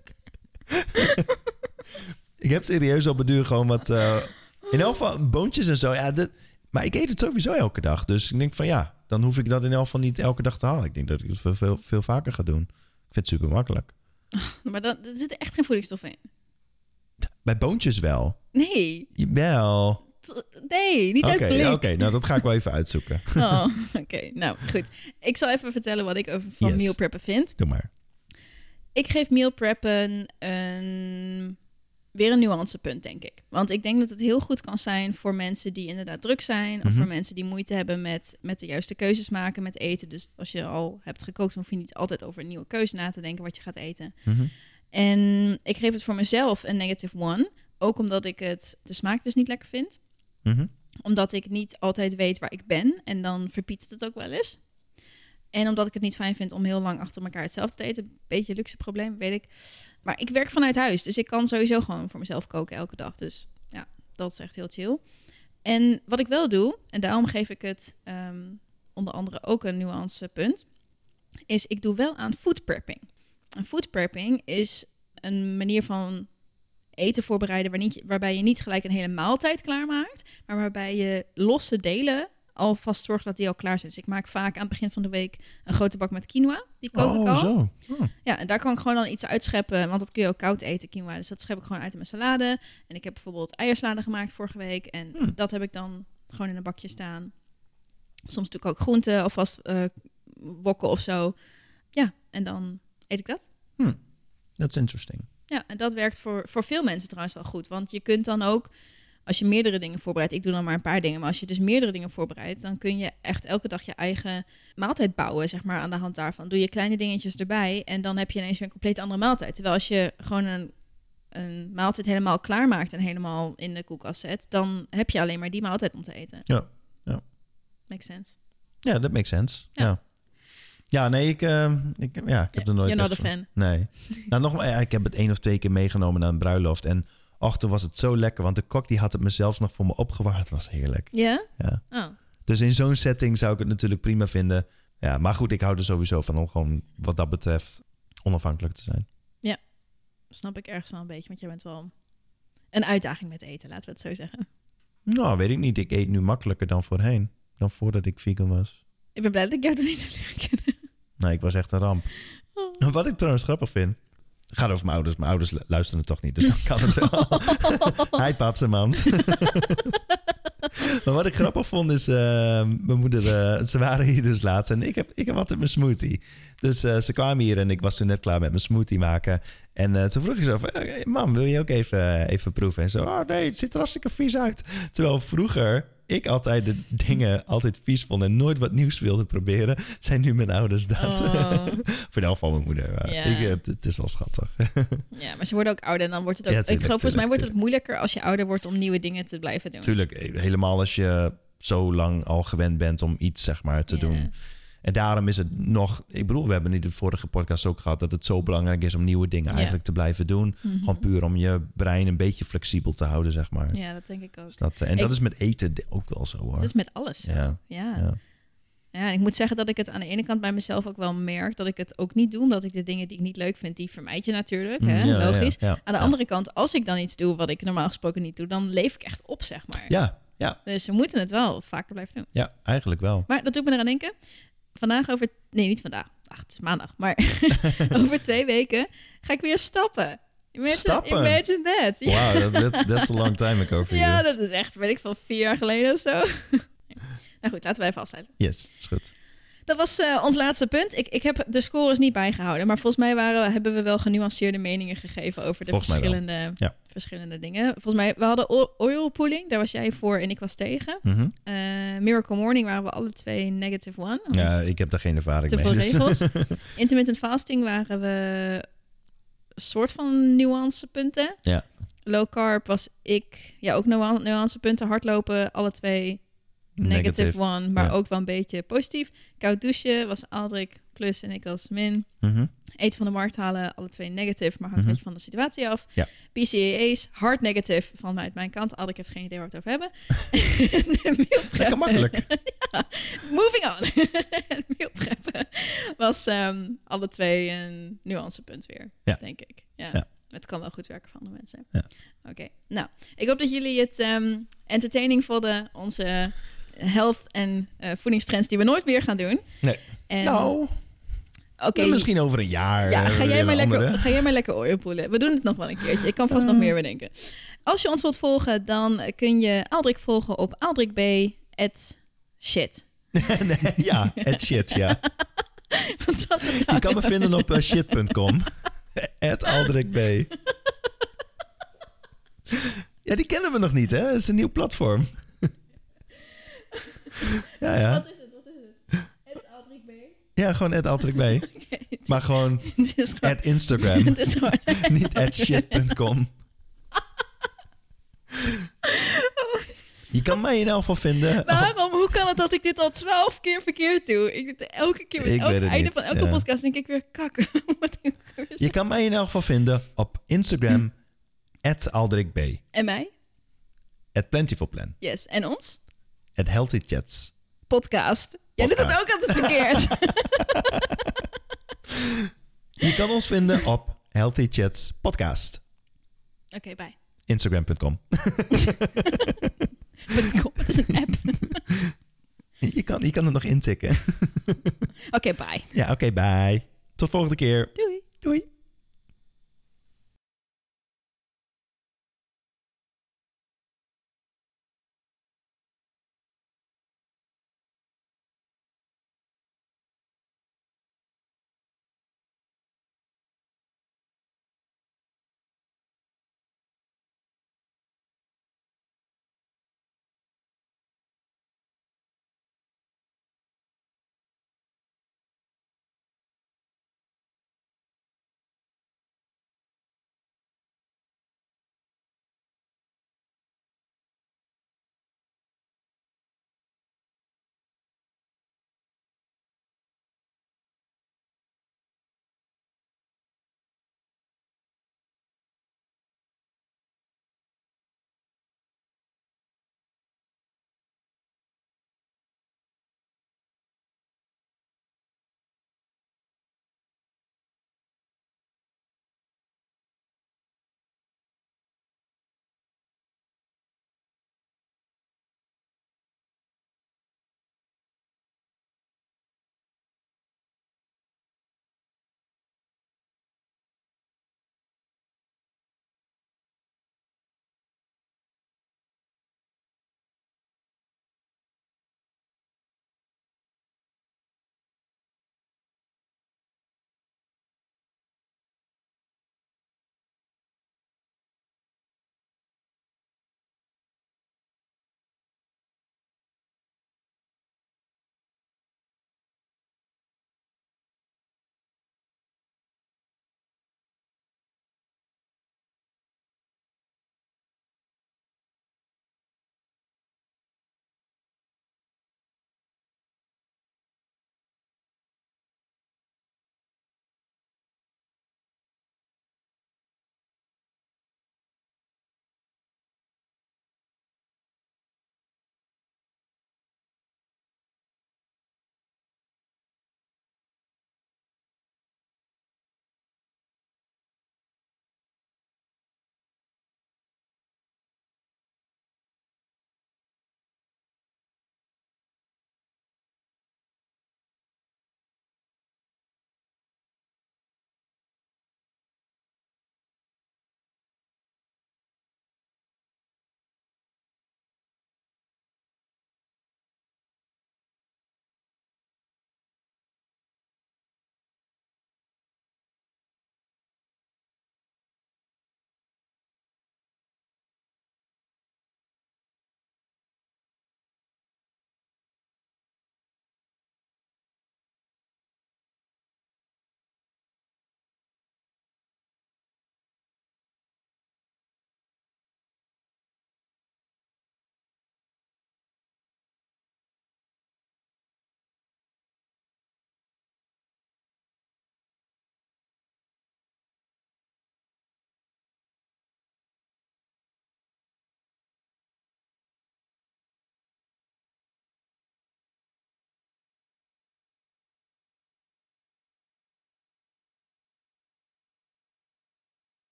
Speaker 2: Ik heb serieus op het duur gewoon wat... Uh, in elk geval boontjes en zo. Ja, dat, maar ik eet het sowieso elke dag. Dus ik denk van ja, dan hoef ik dat in elk geval niet elke dag te halen. Ik denk dat ik het veel, veel, veel vaker ga doen. Ik vind het super makkelijk.
Speaker 1: Oh, maar dan, er zitten echt geen voedingsstoffen in.
Speaker 2: Bij boontjes wel.
Speaker 1: Nee.
Speaker 2: Wel.
Speaker 1: Nee, niet
Speaker 2: Oké,
Speaker 1: uit blik.
Speaker 2: Oké, okay, nou dat ga ik wel even uitzoeken.
Speaker 1: Oh, oké. Okay. Nou, goed. Ik zal even vertellen wat ik over van yes. meal preppen vind.
Speaker 2: Doe maar.
Speaker 1: Ik geef meal preppen een... weer een nuancepunt, denk ik. Want ik denk dat het heel goed kan zijn voor mensen die inderdaad druk zijn... of mm-hmm. voor mensen die moeite hebben met, met de juiste keuzes maken met eten. Dus als je al hebt gekookt, dan hoef je niet altijd over een nieuwe keuze na te denken wat je gaat eten.
Speaker 2: Mm-hmm.
Speaker 1: En ik geef het voor mezelf een negative one. Ook omdat ik het de smaak dus niet lekker vind.
Speaker 2: Mm-hmm.
Speaker 1: Omdat ik niet altijd weet waar ik ben. En dan verpietert het ook wel eens. En omdat ik het niet fijn vind om heel lang achter elkaar hetzelfde te eten. Beetje luxe probleem, weet ik. Maar ik werk vanuit huis. Dus ik kan sowieso gewoon voor mezelf koken elke dag. Dus ja, dat is echt heel chill. En wat ik wel doe, en daarom geef ik het um, onder andere ook een nuancepunt, is ik doe wel aan food prepping. En food prepping is een manier van eten voorbereiden waar niet, waarbij je niet gelijk een hele maaltijd klaarmaakt, maar waarbij je losse delen alvast zorgt dat die al klaar zijn. Dus ik maak vaak aan het begin van de week een grote bak met quinoa. Die kook
Speaker 2: oh,
Speaker 1: ik al.
Speaker 2: Zo. Oh.
Speaker 1: Ja, en daar kan ik gewoon dan iets uitscheppen, want dat kun je ook koud eten, quinoa. Dus dat schep ik gewoon uit in mijn salade. En ik heb bijvoorbeeld eiersalade gemaakt vorige week. En hmm. dat heb ik dan gewoon in een bakje staan. Soms doe ik ook groenten, alvast uh, wokken of zo. Ja, en dan eet ik dat.
Speaker 2: Hmm. That's interesting.
Speaker 1: Ja, en dat werkt voor, voor veel mensen trouwens wel goed. Want je kunt dan ook, als je meerdere dingen voorbereidt... ik doe dan maar een paar dingen... maar als je dus meerdere dingen voorbereidt... dan kun je echt elke dag je eigen maaltijd bouwen... zeg maar, aan de hand daarvan. Doe je kleine dingetjes erbij... en dan heb je ineens weer een compleet andere maaltijd. Terwijl als je gewoon een, een maaltijd helemaal klaarmaakt... en helemaal in de koelkast zet... dan heb je alleen maar die maaltijd om te eten.
Speaker 2: Ja, ja.
Speaker 1: Makes sense.
Speaker 2: Ja, dat makes sense.
Speaker 1: Ja.
Speaker 2: Ja, ja nee, ik, uh, ik, ja, ik heb er nooit...
Speaker 1: You're not
Speaker 2: echt
Speaker 1: a
Speaker 2: van-
Speaker 1: fan.
Speaker 2: Nee. Nou, nog maar, ja, ik heb het één of twee keer meegenomen naar een bruiloft... en ach, toen was het zo lekker... want de kok die had het me zelfs nog voor me opgewarmd. Het was heerlijk.
Speaker 1: Ja?
Speaker 2: Ja.
Speaker 1: Oh.
Speaker 2: Dus in zo'n setting zou ik het natuurlijk prima vinden. Ja, maar goed, ik hou er sowieso van om gewoon wat dat betreft onafhankelijk te zijn.
Speaker 1: Snap ik ergens wel een beetje, want jij bent wel een uitdaging met eten, laten we het zo zeggen.
Speaker 2: Nou, weet ik niet. Ik eet nu makkelijker dan voorheen. Dan voordat ik vegan was.
Speaker 1: Ik ben blij dat ik jou toen niet heb leren kennen.
Speaker 2: Nee, ik was echt een ramp.
Speaker 1: Oh.
Speaker 2: Wat ik trouwens grappig vind... Het gaat over mijn ouders. Mijn ouders lu- luisteren toch niet, dus dan kan het wel. Hi, paps en mams. Maar wat ik grappig vond is... Uh, mijn moeder, uh, ze waren hier dus laatst en ik heb, ik heb altijd mijn smoothie. Dus uh, ze kwamen hier en ik was toen net klaar met mijn smoothie maken. En uh, toen vroeg ik zo van... Hey, mam, wil je ook even, even proeven? En zo, oh nee, het ziet er hartstikke vies uit. Terwijl vroeger... ik altijd de dingen altijd vies vond... en nooit wat nieuws wilde proberen... zijn nu mijn ouders dat.
Speaker 1: Oh.
Speaker 2: Voor de helft van mijn moeder. Maar
Speaker 1: Ja.
Speaker 2: ik, het, het is wel schattig.
Speaker 1: Ja, maar ze worden ook ouder en dan wordt het ook...
Speaker 2: Ja,
Speaker 1: ik
Speaker 2: tuurlijk,
Speaker 1: geloof, volgens mij
Speaker 2: tuurlijk,
Speaker 1: wordt het moeilijker als je ouder wordt om nieuwe dingen te blijven doen.
Speaker 2: Tuurlijk, helemaal als je zo lang al gewend bent... om iets, zeg maar, te
Speaker 1: Ja.
Speaker 2: doen. En daarom is het nog... Ik bedoel, we hebben in de vorige podcast ook gehad... dat het zo belangrijk is om nieuwe dingen
Speaker 1: Ja.
Speaker 2: eigenlijk te blijven doen.
Speaker 1: Mhm.
Speaker 2: Gewoon puur om je brein een beetje flexibel te houden, zeg maar.
Speaker 1: Ja, dat denk ik ook.
Speaker 2: Dus dat, en
Speaker 1: Ik-
Speaker 2: dat is met eten ook wel zo, hoor.
Speaker 1: Het is met alles zo. Ja.
Speaker 2: Ja,
Speaker 1: Ja.
Speaker 2: ja.
Speaker 1: Ja, ik moet zeggen dat ik het aan de ene kant bij mezelf ook wel merk... dat ik het ook niet doe, omdat ik de dingen die ik niet leuk vind... die vermijd je natuurlijk, hè?
Speaker 2: Mm, ja,
Speaker 1: Logisch.
Speaker 2: ja, ja,
Speaker 1: Aan de
Speaker 2: ja.
Speaker 1: andere kant, als ik dan iets doe... wat ik normaal gesproken niet doe, dan leef ik echt op, zeg maar.
Speaker 2: Ja, ja,
Speaker 1: Dus we moeten het wel vaker blijven doen.
Speaker 2: ja, eigenlijk wel.
Speaker 1: Maar dat doet me eraan denken. Vandaag over... Nee, niet vandaag. Ach, het is maandag. Maar over twee weken ga ik weer stappen. Imagine,
Speaker 2: Stappen?
Speaker 1: Imagine that. Ja.
Speaker 2: Wow, that, that's, that's a long time ago for
Speaker 1: Ja,
Speaker 2: you.
Speaker 1: dat is echt, weet ik veel, vier jaar geleden of zo. Nou goed, laten we even afsluiten.
Speaker 2: Yes, is goed.
Speaker 1: Dat was uh, ons laatste punt. Ik, ik heb de scores niet bijgehouden. Maar volgens mij waren, hebben we wel genuanceerde meningen gegeven... over de
Speaker 2: Volgens mij wel.
Speaker 1: verschillende,
Speaker 2: Ja.
Speaker 1: verschillende dingen. Volgens mij, we hadden o- oil pooling. Daar was jij voor en ik was tegen.
Speaker 2: Mhm.
Speaker 1: Uh, Miracle Morning waren we alle twee negative one.
Speaker 2: Ja, ik heb daar geen ervaring
Speaker 1: Te
Speaker 2: mee.
Speaker 1: veel
Speaker 2: dus-
Speaker 1: regels. Intermittent fasting waren we een soort van nuancepunten.
Speaker 2: Ja.
Speaker 1: Low carb was ik, ja, ook nuan- nuancepunten. Hardlopen, alle twee negative, one, maar
Speaker 2: ja.
Speaker 1: ook wel een beetje positief. Koud douchen was Aldrik plus en ik als min.
Speaker 2: Mhm.
Speaker 1: Eten van de markt halen, alle twee negative, maar hangt
Speaker 2: Mhm.
Speaker 1: een beetje van de situatie af.
Speaker 2: Ja.
Speaker 1: P C A A's, hard negative vanuit mijn kant. Aldrik heeft geen idee waar we het over hebben. Meal prep.
Speaker 2: Lekker makkelijk.
Speaker 1: Ja, moving on. Meal prep was um, alle twee een nuancepunt weer,
Speaker 2: Ja.
Speaker 1: denk ik. Ja.
Speaker 2: Ja.
Speaker 1: Het kan wel goed werken voor andere mensen.
Speaker 2: Ja.
Speaker 1: Oké, nou, ik hoop dat jullie het um, entertaining vonden. Onze health- en uh, voedingstrends die we nooit meer gaan doen.
Speaker 2: Nee.
Speaker 1: En,
Speaker 2: Nou,
Speaker 1: oké.
Speaker 2: misschien over een jaar.
Speaker 1: Ja,
Speaker 2: eh,
Speaker 1: ga
Speaker 2: weer
Speaker 1: jij,
Speaker 2: een
Speaker 1: maar lekker,
Speaker 2: andere.
Speaker 1: ga jij maar lekker oorpoelen. We doen het nog wel een keertje. Ik kan vast nog meer bedenken. Als je ons wilt volgen, dan kun je Aldrik volgen op aldrikb at shit.
Speaker 2: Nee, ja, het shit, ja.
Speaker 1: Wat was het
Speaker 2: Je
Speaker 1: nou?
Speaker 2: kan me vinden op uh, shit punt com. At Aldrik B. Ja, die kennen we nog niet, hè? Dat is een nieuw platform. Ja, ja.
Speaker 1: Wat is het? Wat is het? Het Aldrik B?
Speaker 2: Ja, gewoon at Aldrik B.
Speaker 1: Oké,
Speaker 2: Maar gewoon
Speaker 1: het is gewoon...
Speaker 2: at Instagram.
Speaker 1: Het is gewoon...
Speaker 2: Niet at shit punt com. Je kan mij in elk geval vinden.
Speaker 1: Waarom? Hoe kan het dat ik dit al twaalf keer verkeerd doe? Ik, elke keer, met
Speaker 2: Ik
Speaker 1: elk
Speaker 2: weet het
Speaker 1: einde
Speaker 2: niet,
Speaker 1: van elke
Speaker 2: ja.
Speaker 1: podcast denk ik weer, kak. Wat een cursus.
Speaker 2: Je kan mij in elk geval vinden op Instagram. At Aldrik B.
Speaker 1: En mij?
Speaker 2: At Plentifulplan.
Speaker 1: Yes. En ons?
Speaker 2: At Healthy Chats.
Speaker 1: Podcast. Jij doet dat
Speaker 2: Podcast.
Speaker 1: ook altijd verkeerd.
Speaker 2: Je kan ons vinden op Healthy Chats Podcast.
Speaker 1: Oké, okay, bye.
Speaker 2: Instagram punt com.
Speaker 1: Het is een app.
Speaker 2: Je kan, je kan het nog intikken.
Speaker 1: Oké, okay, bye.
Speaker 2: Ja, oké, okay, bye. Tot volgende keer.
Speaker 1: Doei.